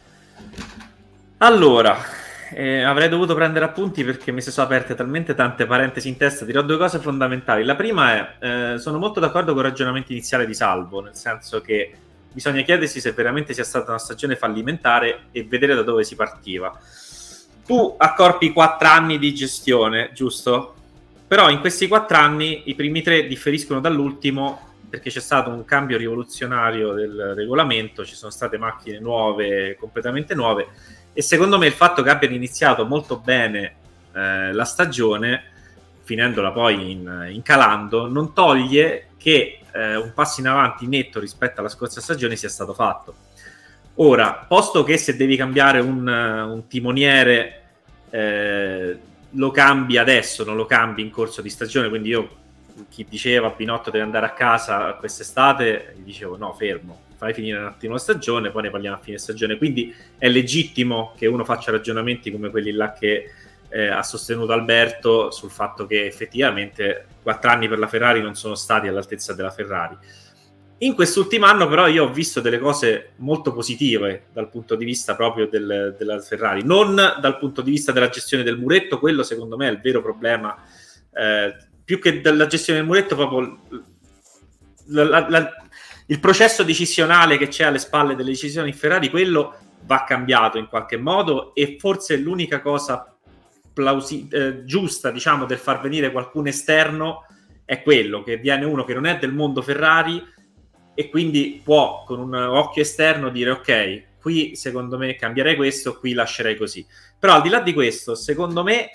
Speaker 2: Allora, eh, avrei dovuto prendere appunti perché mi si sono aperte talmente tante parentesi in testa. Dirò due cose fondamentali. La prima è, eh, sono molto d'accordo con il ragionamento iniziale di Salvo, nel senso che bisogna chiedersi se veramente sia stata una stagione fallimentare e vedere da dove si partiva. Tu accorpi quattro anni di gestione, giusto? Però in questi quattro anni i primi tre differiscono dall'ultimo perché c'è stato un cambio rivoluzionario del regolamento, ci sono state macchine nuove, completamente nuove, e secondo me il fatto che abbiano iniziato molto bene eh, la stagione, finendola poi in, in calando, non toglie che eh, un passo in avanti netto rispetto alla scorsa stagione sia stato fatto. Ora, posto che se devi cambiare un, un timoniere eh, lo cambi adesso, non lo cambi in corso di stagione, quindi io, chi diceva Binotto deve andare a casa quest'estate, gli dicevo no, fermo, fai finire un attimo la stagione, poi ne parliamo a fine stagione. Quindi è legittimo che uno faccia ragionamenti come quelli là che eh, ha sostenuto Alberto sul fatto che effettivamente quattro anni per la Ferrari non sono stati all'altezza della Ferrari. In quest'ultimo anno però io ho visto delle cose molto positive dal punto di vista proprio del, della Ferrari, non dal punto di vista della gestione del muretto, quello secondo me è il vero problema, eh, più che della gestione del muretto, proprio la, la, la, il processo decisionale che c'è alle spalle delle decisioni in Ferrari, quello va cambiato in qualche modo, e forse l'unica cosa plausi- eh, giusta, diciamo, del far venire qualcuno esterno è quello, che viene uno che non è del mondo Ferrari e quindi può con un occhio esterno dire ok, qui secondo me cambierei questo, qui lascerei così. Però al di là di questo, secondo me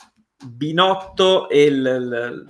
Speaker 2: Binotto e il, il...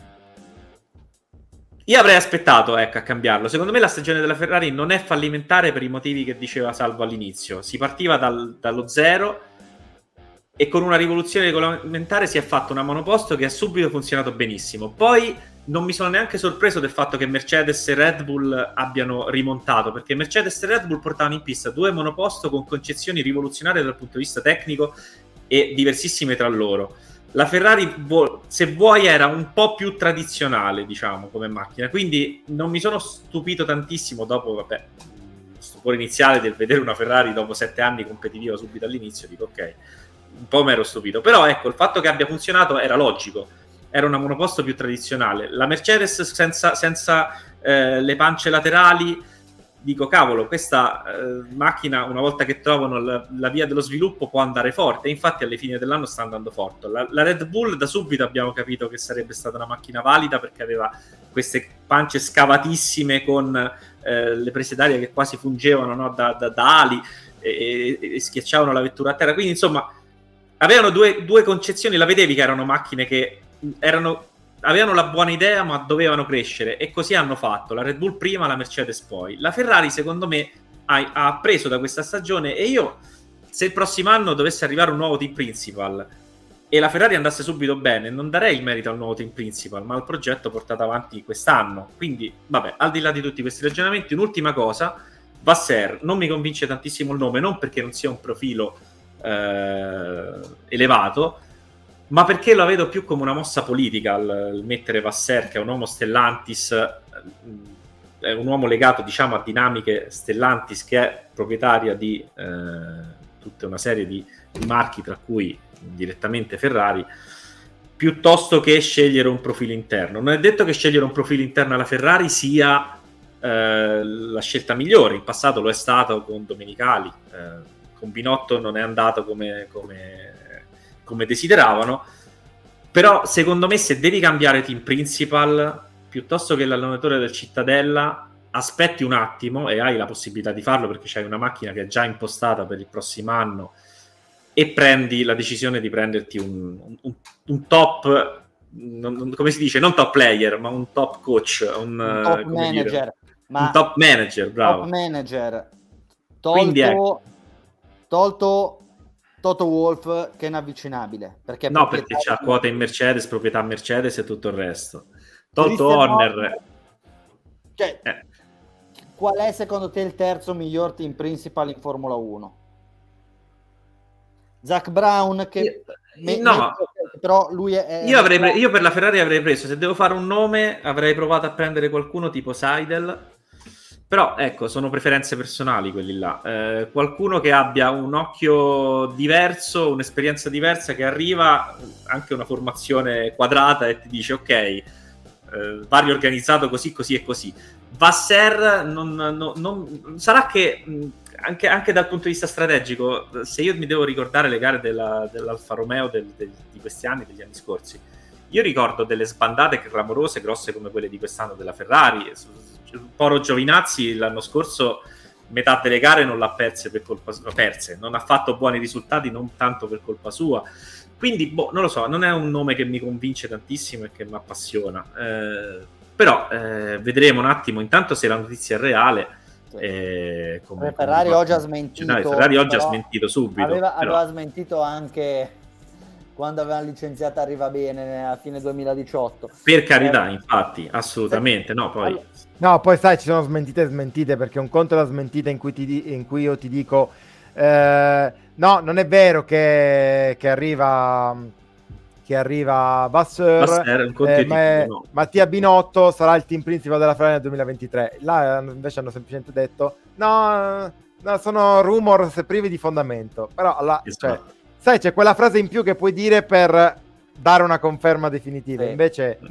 Speaker 2: io avrei aspettato ecco a cambiarlo. Secondo me la stagione della Ferrari non è fallimentare per i motivi che diceva Salvo all'inizio. Si partiva dal, dallo zero e con una rivoluzione regolamentare si è fatto una monoposto che ha subito funzionato benissimo. Poi non mi sono neanche sorpreso del fatto che Mercedes e Red Bull abbiano rimontato, perché Mercedes e Red Bull portavano in pista due monoposto con concezioni rivoluzionarie dal punto di vista tecnico e diversissime tra loro. La Ferrari, se vuoi, era un po' più tradizionale, diciamo, come macchina, quindi non mi sono stupito tantissimo dopo, vabbè, lo stupore iniziale del vedere una Ferrari dopo sette anni competitiva subito all'inizio, dico ok, un po' mi ero stupito, però ecco, il fatto che abbia funzionato era logico, era una monoposto più tradizionale. La Mercedes senza, senza eh, le pance laterali, dico cavolo, questa eh, macchina una volta che trovano la, la via dello sviluppo può andare forte, e infatti alle fine dell'anno sta andando forte. La, la Red Bull da subito abbiamo capito che sarebbe stata una macchina valida, perché aveva queste pance scavatissime con eh, le prese d'aria che quasi fungevano, no, da, da, da ali e, e, e schiacciavano la vettura a terra, quindi insomma avevano due, due concezioni, la vedevi che erano macchine che erano avevano la buona idea ma dovevano crescere, e così hanno fatto. La Red Bull prima, la Mercedes poi. La Ferrari secondo me ha, ha preso da questa stagione, e io, se il prossimo anno dovesse arrivare un nuovo team principal e la Ferrari andasse subito bene, non darei il merito al nuovo team principal, ma al progetto portato avanti quest'anno. Quindi, vabbè, al di là di tutti questi ragionamenti, un'ultima cosa: Vasser non mi convince tantissimo il nome, non perché non sia un profilo eh, elevato, ma perché lo vedo più come una mossa politica il, il mettere Vasser, che è un uomo Stellantis, è un uomo legato, diciamo, a dinamiche Stellantis, che è proprietaria di eh, tutta una serie di, di marchi, tra cui direttamente Ferrari, piuttosto che scegliere un profilo interno. Non è detto che scegliere un profilo interno alla Ferrari sia eh, la scelta migliore. In passato lo è stato con Domenicali, eh, con Binotto non è andato come, come, come desideravano, però secondo me, se devi cambiare team principal, piuttosto che l'allenatore del Cittadella, aspetti un attimo, e hai la possibilità di farlo perché c'hai una macchina che è già impostata per il prossimo anno, e prendi la decisione di prenderti un, un, un top, non, come si dice, non top player, ma un top coach, un,
Speaker 1: un top manager,
Speaker 2: dire,
Speaker 1: ma
Speaker 2: un top manager, bravo.
Speaker 1: Top manager. Tolto,
Speaker 2: Quindi, ecco.
Speaker 1: tolto Toto Wolff, che è inavvicinabile. Perché
Speaker 2: no, perché c'ha di... quota in Mercedes, proprietà Mercedes e tutto il resto. Tolto Horner.
Speaker 1: Cioè, eh. Qual è secondo te il terzo miglior team principal in Formula uno? Zach Brown, che
Speaker 2: io,
Speaker 1: me,
Speaker 2: no,
Speaker 1: me, però lui è,
Speaker 2: io, avrei pre- io per la Ferrari avrei preso, se devo fare un nome avrei provato a prendere qualcuno tipo Seidel, però ecco, sono preferenze personali quelli là. Eh, qualcuno che abbia un occhio diverso, un'esperienza diversa, che arriva anche una formazione quadrata e ti dice ok, eh, va riorganizzato così, così e così. Vasser non, non, non sarà che mh, Anche, anche dal punto di vista strategico, se io mi devo ricordare le gare della, dell'Alfa Romeo del, del, di questi anni, degli anni scorsi, io ricordo delle sbandate clamorose, grosse come quelle di quest'anno della Ferrari. Poro Giovinazzi l'anno scorso metà delle gare non l'ha perse per colpa sua, perse, non ha fatto buoni risultati, non tanto per colpa sua. Quindi, boh, non lo so, non è un nome che mi convince tantissimo e che mi appassiona. Eh, però eh, vedremo un attimo, intanto, se la notizia è reale. Eh, come,
Speaker 1: Ferrari
Speaker 2: come
Speaker 1: oggi ha smentito,
Speaker 2: Ferrari oggi ha smentito subito,
Speaker 1: aveva,
Speaker 2: però...
Speaker 1: aveva smentito anche quando aveva licenziato Arriva Bene a fine duemiladiciotto,
Speaker 2: per carità, eh, infatti, assolutamente no, poi
Speaker 3: allora, no, poi sai, ci sono smentite e smentite, perché un conto è la smentita in cui, ti, in cui io ti dico eh, no, non è vero che, che arriva che arriva Vasseur,
Speaker 2: Vasseur
Speaker 3: eh, ma è, no. Mattia Binotto sarà il team principal della Ferrari nel duemilaventitré. Là invece hanno semplicemente detto no, no, sono rumors privi di fondamento. Però là, esatto. Cioè, sai, c'è quella frase in più che puoi dire per dare una conferma definitiva. Sì. Invece,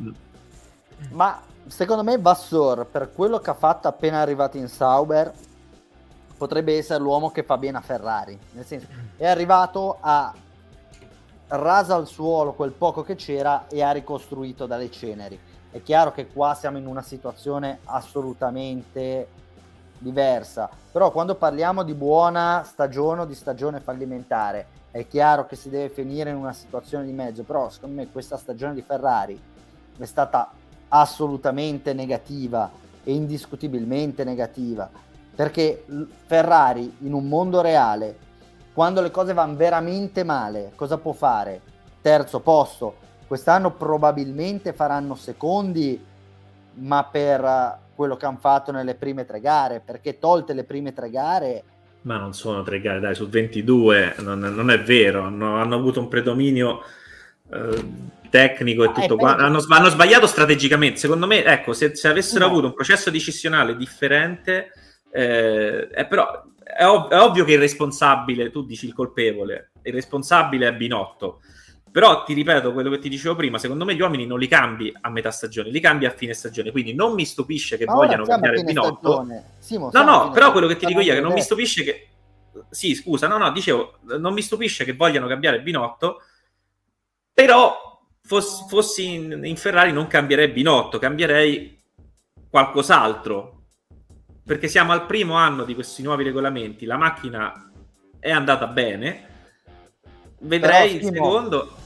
Speaker 1: ma secondo me Vasseur, per quello che ha fatto appena arrivato in Sauber, potrebbe essere l'uomo che fa bene a Ferrari. Nel senso, è arrivato a rasa al suolo quel poco che c'era e ha ricostruito dalle ceneri. È chiaro che qua siamo in una situazione assolutamente diversa, però quando parliamo di buona stagione o di stagione fallimentare, è chiaro che si deve finire in una situazione di mezzo. Però secondo me questa stagione di Ferrari è stata assolutamente negativa e indiscutibilmente negativa, perché Ferrari in un mondo reale, quando le cose vanno veramente male, cosa può fare? Terzo posto. Quest'anno probabilmente faranno secondi, ma per quello che hanno fatto nelle prime tre gare, perché tolte le prime tre gare...
Speaker 2: Ma non sono tre gare, dai, su ventidue, non, non è vero, hanno, hanno avuto un predominio eh, tecnico e tutto qua, hanno, hanno sbagliato strategicamente. Secondo me, ecco, se, se avessero no. avuto un processo decisionale differente, eh, è però... È, ov- è ovvio che il responsabile, tu dici il colpevole, il responsabile è Binotto, però ti ripeto quello che ti dicevo prima, secondo me gli uomini non li cambi a metà stagione, li cambi a fine stagione, quindi non mi stupisce che
Speaker 1: ma
Speaker 2: vogliano cambiare Binotto.
Speaker 1: Simo,
Speaker 2: no no, però quello che ti dico io è che non mi stupisce che sì scusa, no no, dicevo, non mi stupisce che vogliano cambiare Binotto, però foss- fossi in, in Ferrari non cambierei Binotto, cambierei qualcos'altro, perché siamo al primo anno di questi nuovi regolamenti, la macchina è andata bene, vedrei il secondo.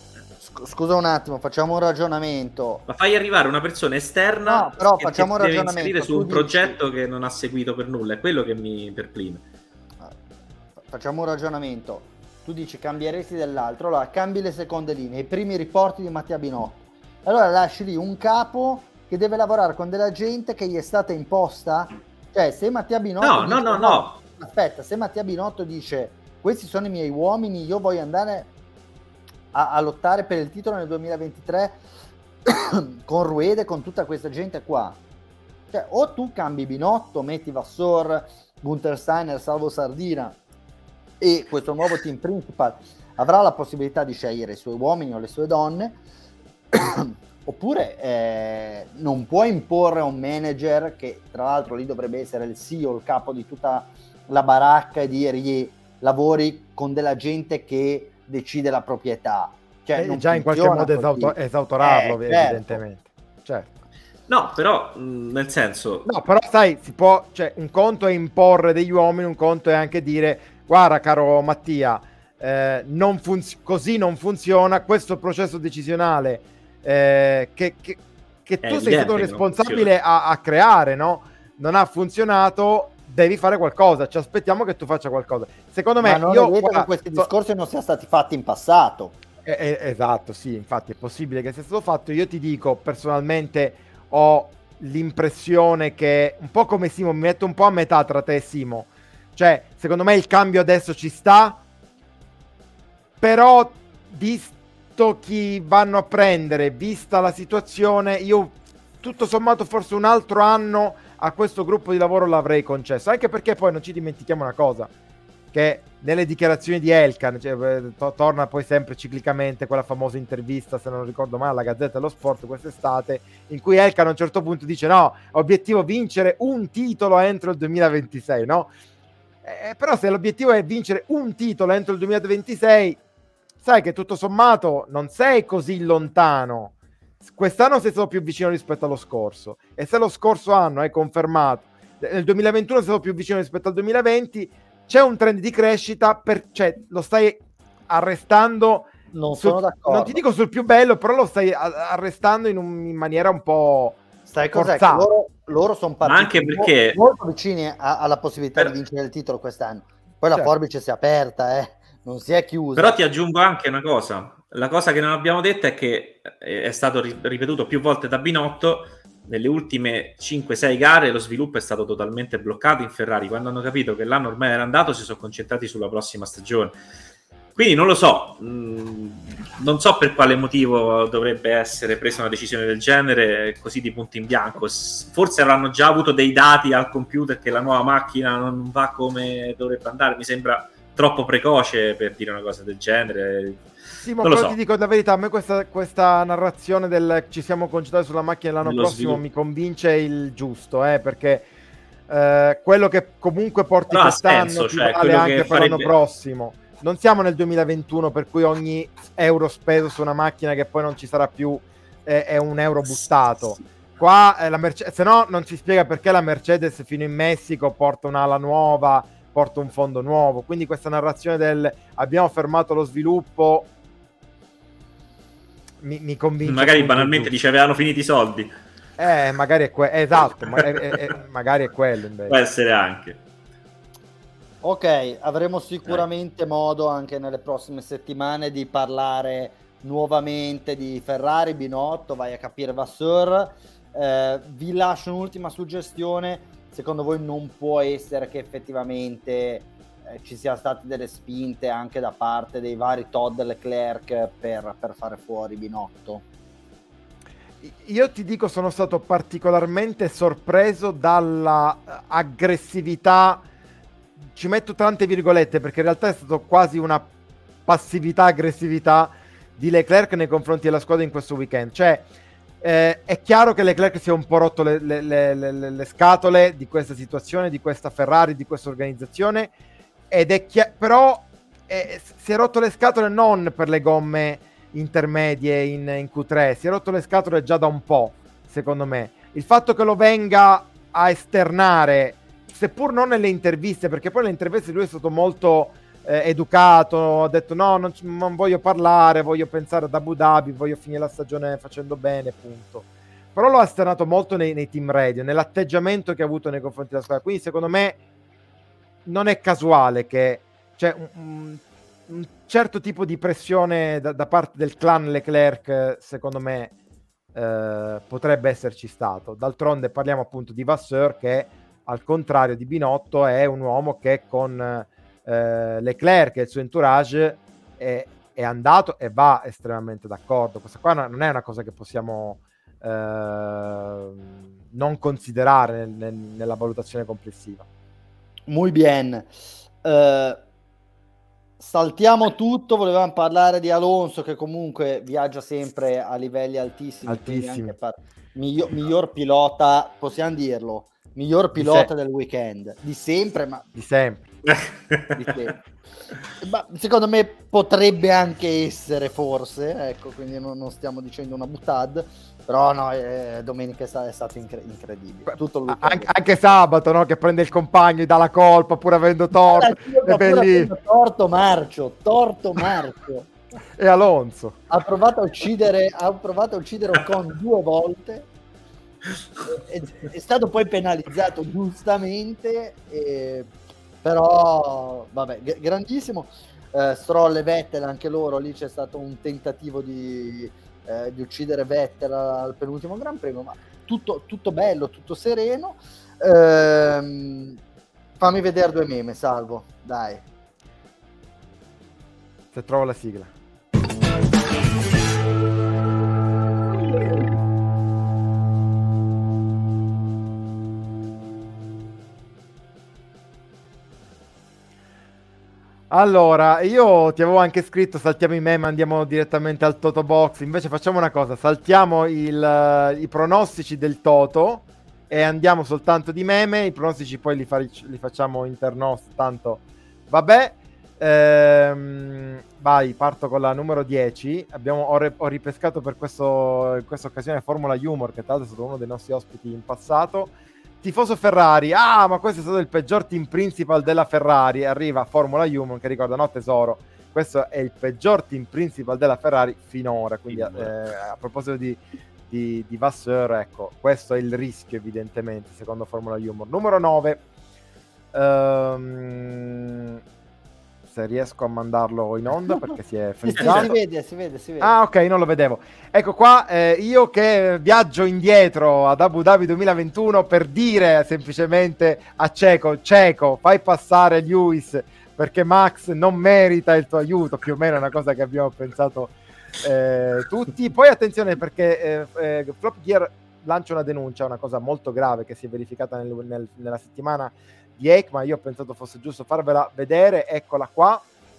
Speaker 1: scusa un attimo, facciamo un ragionamento.
Speaker 2: Ma fai arrivare una persona esterna
Speaker 1: no, però
Speaker 2: che
Speaker 1: facciamo un
Speaker 2: deve
Speaker 1: ragionamento
Speaker 2: inserire su un
Speaker 1: dici...
Speaker 2: progetto che non ha seguito per nulla, è quello che mi perplime.
Speaker 1: Facciamo un ragionamento. Tu dici cambieresti dell'altro, allora cambi le seconde linee, i primi riporti di Mattia Binotto. Allora lasci lì un capo che deve lavorare con della gente che gli è stata imposta. Cioè, se Mattia Binotto
Speaker 2: No,
Speaker 1: dice,
Speaker 2: no, no, no.
Speaker 1: Aspetta, se Mattia Binotto dice questi sono i miei uomini, io voglio andare a, a lottare per il titolo nel duemilaventitré con Ruede, con tutta questa gente qua. Cioè, o tu cambi Binotto, metti Vassor, Gunther Steiner, Salvo Sardina e questo nuovo team principal avrà la possibilità di scegliere i suoi uomini o le sue donne, oppure eh, non può imporre a un manager che tra l'altro lì dovrebbe essere il C E O, il capo di tutta la baracca, e dirgli lavori con della gente che decide la proprietà. Cioè, non
Speaker 3: già in qualche modo esauto- esautorarlo, eh, evidentemente. Certo. certo.
Speaker 2: No, però mh, nel senso...
Speaker 3: No, però sai, si può, cioè, un conto è imporre degli uomini, un conto è anche dire guarda caro Mattia, eh, non funz- così non funziona questo processo decisionale eh, che, che, che tu sei stato responsabile a, a creare, no? Non ha funzionato, devi fare qualcosa, ci aspettiamo che tu faccia qualcosa. Secondo me,
Speaker 1: ma non
Speaker 3: io
Speaker 1: è detto
Speaker 3: guarda,
Speaker 1: che questi discorsi non siano stati fatti in passato.
Speaker 3: Eh, eh, esatto, sì, infatti è possibile che sia stato fatto. Io ti dico, personalmente ho l'impressione che, un po' come Simo, mi metto un po' a metà tra te e Simo, cioè secondo me il cambio adesso ci sta, però visto chi vanno a prendere, vista la situazione, io tutto sommato forse un altro anno a questo gruppo di lavoro l'avrei concesso, anche perché poi non ci dimentichiamo una cosa, che nelle dichiarazioni di Elkann, cioè, to- torna poi sempre ciclicamente quella famosa intervista, se non ricordo male, alla Gazzetta dello Sport quest'estate, in cui Elkann a un certo punto dice no, obiettivo vincere un titolo entro il duemilaventisei, no? Eh, però se l'obiettivo è vincere un titolo entro il duemilaventisei, sai che tutto sommato non sei così lontano. Quest'anno sei stato più vicino rispetto allo scorso, e se lo scorso anno hai confermato, nel duemilaventuno sei stato più vicino rispetto al duemilaventi, c'è un trend di crescita, per, cioè lo stai arrestando,
Speaker 1: non
Speaker 3: sul,
Speaker 1: sono d'accordo,
Speaker 3: non ti dico sul più bello, però lo stai arrestando in, un, in maniera un po'
Speaker 1: sai cos'è? Che loro, loro sono partiti
Speaker 2: anche perché...
Speaker 1: molto vicini a, alla possibilità
Speaker 2: per...
Speaker 1: di vincere il titolo quest'anno, poi certo. La forbice si è aperta, eh. Non si è chiusa.
Speaker 2: Però ti aggiungo anche una cosa, la cosa che non abbiamo detto è che è stato ripetuto più volte da Binotto, nelle ultime cinque sei gare lo sviluppo è stato totalmente bloccato in Ferrari. Quando hanno capito che l'anno ormai era andato, si sono concentrati sulla prossima stagione. Quindi non lo so, mh, non so per quale motivo dovrebbe essere presa una decisione del genere così di punto in bianco. Forse avranno già avuto dei dati al computer che la nuova macchina non va come dovrebbe andare. Mi sembra troppo precoce per dire una cosa del genere.
Speaker 3: Sì, ma però so. Ti dico la verità, a me questa, questa narrazione del ci siamo concentrati sulla macchina l'anno Nello prossimo sviluppo. Mi convince il giusto, eh, perché eh, quello che comunque porti no, quest'anno senso, ti cioè, vale anche per farebbe... l'anno prossimo. Non siamo nel duemilaventuno per cui ogni euro speso su una macchina che poi non ci sarà più eh, è un euro buttato. Qua eh, la Mercedes, se no non si spiega perché la Mercedes fino in Messico porta un'ala nuova, porta un fondo nuovo, quindi questa narrazione del abbiamo fermato lo sviluppo mi, mi convince.
Speaker 2: Magari banalmente dice avevano finito i soldi.
Speaker 3: Eh, magari è quello, esatto, ma è, è, è, magari è quello invece.
Speaker 2: Può essere anche.
Speaker 1: Ok, avremo sicuramente eh. modo anche nelle prossime settimane di parlare nuovamente di Ferrari, Binotto, vai a capire Vasseur. Eh, vi lascio un'ultima suggestione. Secondo voi non può essere che effettivamente eh, ci siano state delle spinte anche da parte dei vari Todd e Leclerc per, per fare fuori Binotto?
Speaker 3: Io ti dico, sono stato particolarmente sorpreso dalla aggressività, ci metto tante virgolette perché in realtà è stato quasi una passività aggressività di Leclerc nei confronti della squadra in questo weekend. Cioè eh, è chiaro che Leclerc si è un po' rotto le, le, le, le, le scatole di questa situazione, di questa Ferrari, di questa organizzazione, ed è chi- però eh, si è rotto le scatole non per le gomme intermedie in, in Q tre, si è rotto le scatole già da un po', secondo me. Il fatto che lo venga a esternare, seppur non nelle interviste, perché poi nelle interviste lui è stato molto eh, educato, ha detto no, non, non voglio parlare, voglio pensare ad Abu Dhabi, voglio finire la stagione facendo bene, punto. Però lo ha esternato molto nei, nei team radio, nell'atteggiamento che ha avuto nei confronti della squadra, quindi secondo me non è casuale che c'è un, un, un certo tipo di pressione da, da parte del clan Leclerc, secondo me eh, potrebbe esserci stato. D'altronde parliamo appunto di Vasseur, che al contrario di Binotto è un uomo che con eh, Leclerc e il suo entourage è, è andato e va estremamente d'accordo. Questa qua non è una cosa che possiamo eh, non considerare nel, nel, nella valutazione complessiva.
Speaker 1: Muy bien. Uh, saltiamo tutto, volevamo parlare di Alonso, che comunque viaggia sempre a livelli altissimi,
Speaker 3: altissimi.
Speaker 1: Anche per miglior, miglior pilota, possiamo dirlo, miglior pilota del weekend di sempre, ma
Speaker 3: di sempre,
Speaker 1: di sempre. Ma secondo me potrebbe anche essere, forse, ecco, quindi non, non stiamo dicendo una buttad, però no, eh, domenica è stato, è stato incre- incredibile. Tutto il
Speaker 3: anche, anche sabato, no? Che prende il compagno e dà la colpa pur avendo torto.
Speaker 1: Allora, pur avendo torto marcio, torto marcio.
Speaker 3: E Alonso
Speaker 1: ha provato a uccidere, ha provato a uccidere Ocon due volte. È, è stato poi penalizzato giustamente. E... però vabbè, g- grandissimo. eh, Stroll e Vettel, anche loro lì c'è stato un tentativo di, eh, di uccidere Vettel al penultimo Gran Premio, ma tutto, tutto bello, tutto sereno. Ehm, fammi vedere due meme, Salvo, dai,
Speaker 3: se trovo la sigla. Allora, io ti avevo anche scritto saltiamo i meme, andiamo direttamente al Toto Box, invece facciamo una cosa, saltiamo il, i pronostici del Toto e andiamo soltanto di meme, i pronostici poi li, fa, li facciamo internos, tanto vabbè. Ehm, vai, parto con la numero dieci, Abbiamo, ho, re, ho ripescato per questo, in questa occasione Formula Humor, che tra l'altro è stato uno dei nostri ospiti in passato. Tifoso Ferrari, ah ma questo è stato il peggior team principal della Ferrari, arriva Formula Human che ricorda, no tesoro, questo è il peggior team principal della Ferrari finora, quindi eh, a proposito di, di, di Vasseur, ecco, questo è il rischio evidentemente secondo Formula Human. Numero nove, um, se riesco a mandarlo in onda perché si è frizzato.
Speaker 1: si vede, si vede, si vede.
Speaker 3: Ah, ok, non lo vedevo. Ecco qua, eh, io che viaggio indietro ad Abu Dhabi duemilaventuno per dire semplicemente a Checo, Checo, fai passare Lewis perché Max non merita il tuo aiuto, più o meno è una cosa che abbiamo pensato eh, tutti. Poi attenzione perché eh, eh, Flop Gear lancia una denuncia, una cosa molto grave che si è verificata nel, nel, nella settimana di EICMA, io ho pensato fosse giusto farvela vedere, eccola qua.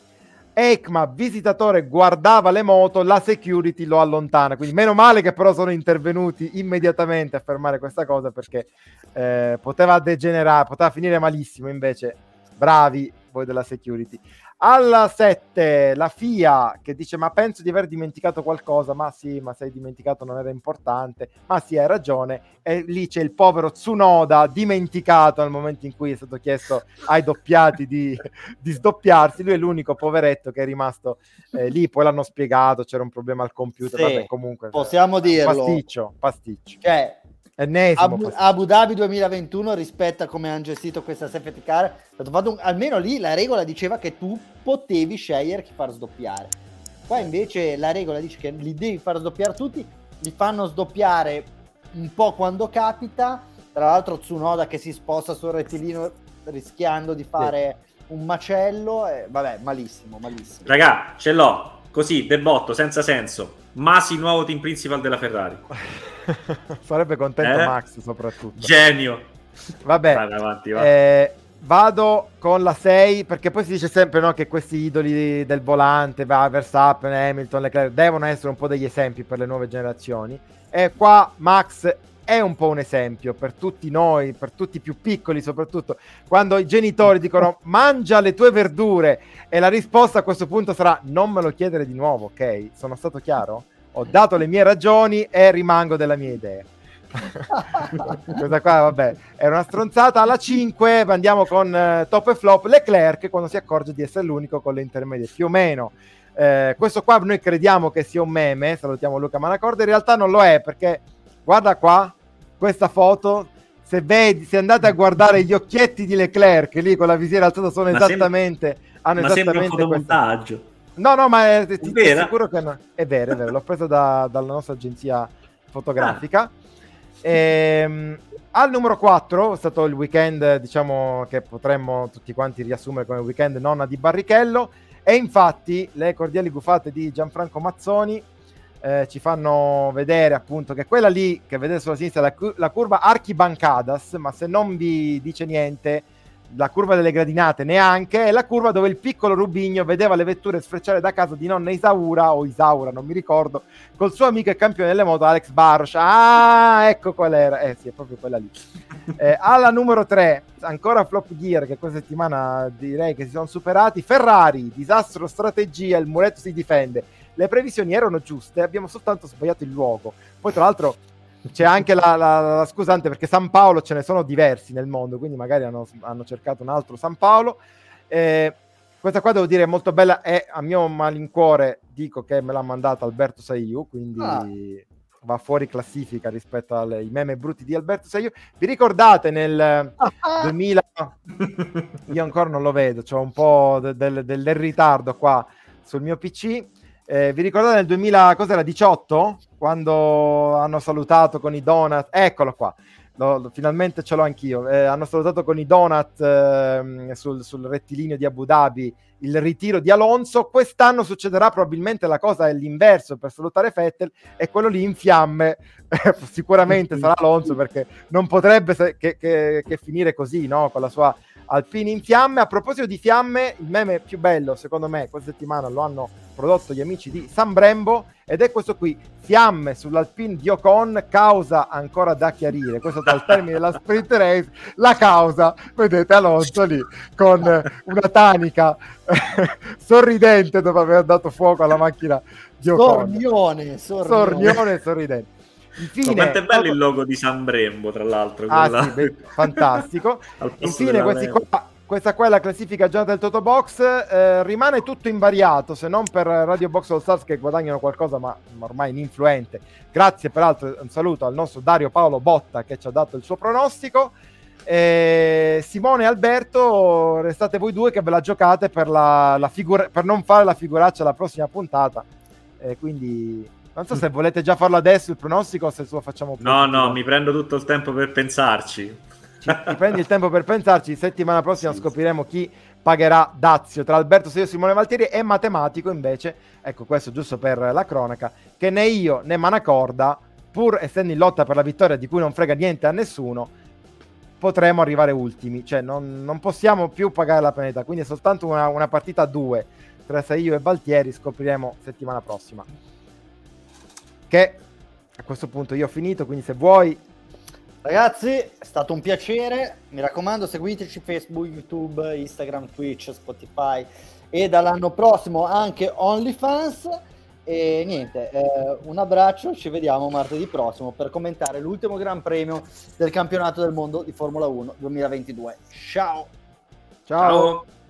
Speaker 3: EICMA, visitatore guardava le moto, la security lo allontana, quindi meno male che però sono intervenuti immediatamente a fermare questa cosa perché eh, poteva degenerare, poteva finire malissimo, invece bravi voi della security. Alla sette la F I A che dice ma penso di aver dimenticato qualcosa, ma sì, ma se hai dimenticato non era importante, ma sì hai ragione, e lì c'è il povero Tsunoda dimenticato nel momento in cui è stato chiesto ai doppiati di, di sdoppiarsi, lui è l'unico poveretto che è rimasto eh, lì, poi l'hanno spiegato, c'era un problema al computer,
Speaker 1: sì,
Speaker 3: vabbè, comunque
Speaker 1: possiamo
Speaker 3: eh,
Speaker 1: dirlo,
Speaker 3: pasticcio, pasticcio.
Speaker 1: Cioè
Speaker 3: Ennesimo
Speaker 1: Abu, Abu Dhabi duemilaventuno rispetto a come hanno gestito questa safety car, è stato fatto un, almeno lì la regola diceva che tu potevi scegliere chi far sdoppiare, qua invece la regola dice che li devi far sdoppiare tutti, li fanno sdoppiare un po' quando capita, tra l'altro Tsunoda che si sposta sul rettilineo rischiando di fare sì. un macello, e, vabbè, malissimo, malissimo.
Speaker 2: Raga, ce l'ho, così, debotto, senza senso, Masi nuovo team principal della Ferrari.
Speaker 3: Sarebbe contento
Speaker 2: eh?
Speaker 3: Max soprattutto.
Speaker 2: Genio.
Speaker 3: Vabbè,
Speaker 2: vai avanti, vai.
Speaker 3: Eh, vado con la sei perché poi si dice sempre no, che questi idoli del volante, va, Verstappen, Hamilton, Leclerc, devono essere un po' degli esempi per le nuove generazioni, e qua Max è un po' un esempio per tutti noi, per tutti i più piccoli soprattutto, quando i genitori dicono mangia le tue verdure e la risposta a questo punto sarà non me lo chiedere di nuovo, ok? Sono stato chiaro? Ho dato le mie ragioni e rimango della mia idea. Questa qua, vabbè, è una stronzata. Alla cinque andiamo con eh, top e flop. Leclerc quando si accorge di essere l'unico con le intermedie, più o meno. Eh, questo qua noi crediamo che sia un meme, salutiamo Luca Manacorda, in realtà non lo è, perché guarda qua, questa foto, se vedi, se andate a guardare gli occhietti di Leclerc lì con la visiera alzata sono ma esattamente sem- hanno
Speaker 2: ma
Speaker 3: esattamente
Speaker 2: sembra un fotomontaggio.
Speaker 3: No, no, ma è,
Speaker 2: è,
Speaker 3: ti, ti sicuro che no. È vero, è vero, l'ho preso da, dalla nostra agenzia fotografica. Ah. Ehm, al numero quattro è stato il weekend, diciamo, che potremmo tutti quanti riassumere come weekend nonna di Barrichello, e infatti le cordiali gufate di Gianfranco Mazzoni eh, ci fanno vedere appunto che quella lì che vedete sulla sinistra è la, cu- la curva Archibancadas, ma se non vi dice niente la curva delle gradinate neanche, è la curva dove il piccolo Rubigno vedeva le vetture sfrecciare da casa di nonna Isaura o Isaura, non mi ricordo, col suo amico e campione delle moto Alex Barros. Ah, ecco qual era, eh sì, è proprio quella lì. Eh, alla numero tre, ancora flop gear, che questa settimana direi che si sono superati. Ferrari, disastro strategia, il muretto si difende, le previsioni erano giuste, abbiamo soltanto sbagliato il luogo. Poi tra l'altro c'è anche la, la, la scusante, perché San Paolo ce ne sono diversi nel mondo, quindi magari hanno, hanno cercato un altro San Paolo. Eh, questa qua devo dire è molto bella, e a mio malincuore dico che me l'ha mandata Alberto Saiu, quindi ah. va fuori classifica rispetto ai meme brutti di Alberto Saiu. Vi ricordate nel duemila, io ancora non lo vedo, c'ho un po' del, del, del ritardo qua sul mio P C. Eh, vi ricordate nel duemila, cos'era, diciotto? Quando hanno salutato con i donut, eccolo qua, lo, lo, finalmente ce l'ho anch'io, eh, hanno salutato con i donut eh, sul, sul rettilineo di Abu Dhabi il ritiro di Alonso. Quest'anno succederà probabilmente la cosa è l'inverso per salutare Vettel, e quello lì in fiamme sicuramente sarà Alonso, perché non potrebbe se, che, che, che finire così, no? Con la sua Alpine in fiamme. A proposito di fiamme, il meme più bello secondo me questa settimana lo hanno prodotto gli amici di San Brembo, ed è questo qui: fiamme sull'Alpine di Ocon, causa ancora da chiarire. Questo dal termine della sprint race, la causa, vedete Alonso lì con una tanica sorridente dopo aver dato fuoco alla macchina di Ocon.
Speaker 1: Sornione, sornione,
Speaker 3: sornione sorridente.
Speaker 2: Infine, quanto è bello il logo di San Brembo, tra l'altro.
Speaker 3: Ah, sì, beh, fantastico. Infine, questi qua, questa qua è la classifica già del Toto Box. Eh, rimane tutto invariato, se non per Radio Box All Stars che guadagnano qualcosa, ma ormai ininfluente. Grazie, peraltro, un saluto al nostro Dario Paolo Botta che ci ha dato il suo pronostico. Eh, Simone e Alberto, restate voi due che ve la giocate per, la, la figura, per non fare la figuraccia alla prossima puntata. Eh, quindi... non so se volete già farlo adesso il pronostico o se lo facciamo più.
Speaker 2: No, no, mi prendo tutto il tempo per pensarci.
Speaker 3: Ci, ti prendi il tempo per pensarci. Settimana prossima sì, scopriremo chi pagherà Dazio tra Alberto Saiu e Simone Valtieri. E matematico invece, ecco questo giusto per la cronaca, che né io né Manacorda, pur essendo in lotta per la vittoria di cui non frega niente a nessuno, potremo arrivare ultimi. Cioè non, non possiamo più pagare la penalità, quindi è soltanto una, una partita a due tra Saiu e Valtieri. Scopriremo settimana prossima. Che a questo punto io ho finito, quindi se vuoi.
Speaker 1: Ragazzi, è stato un piacere, mi raccomando seguiteci Facebook, YouTube, Instagram, Twitch, Spotify e dall'anno prossimo anche OnlyFans. E niente, eh, un abbraccio, ci vediamo martedì prossimo per commentare l'ultimo Gran Premio del campionato del mondo di Formula uno duemilaventidue. Ciao!
Speaker 3: Ciao! Ciao.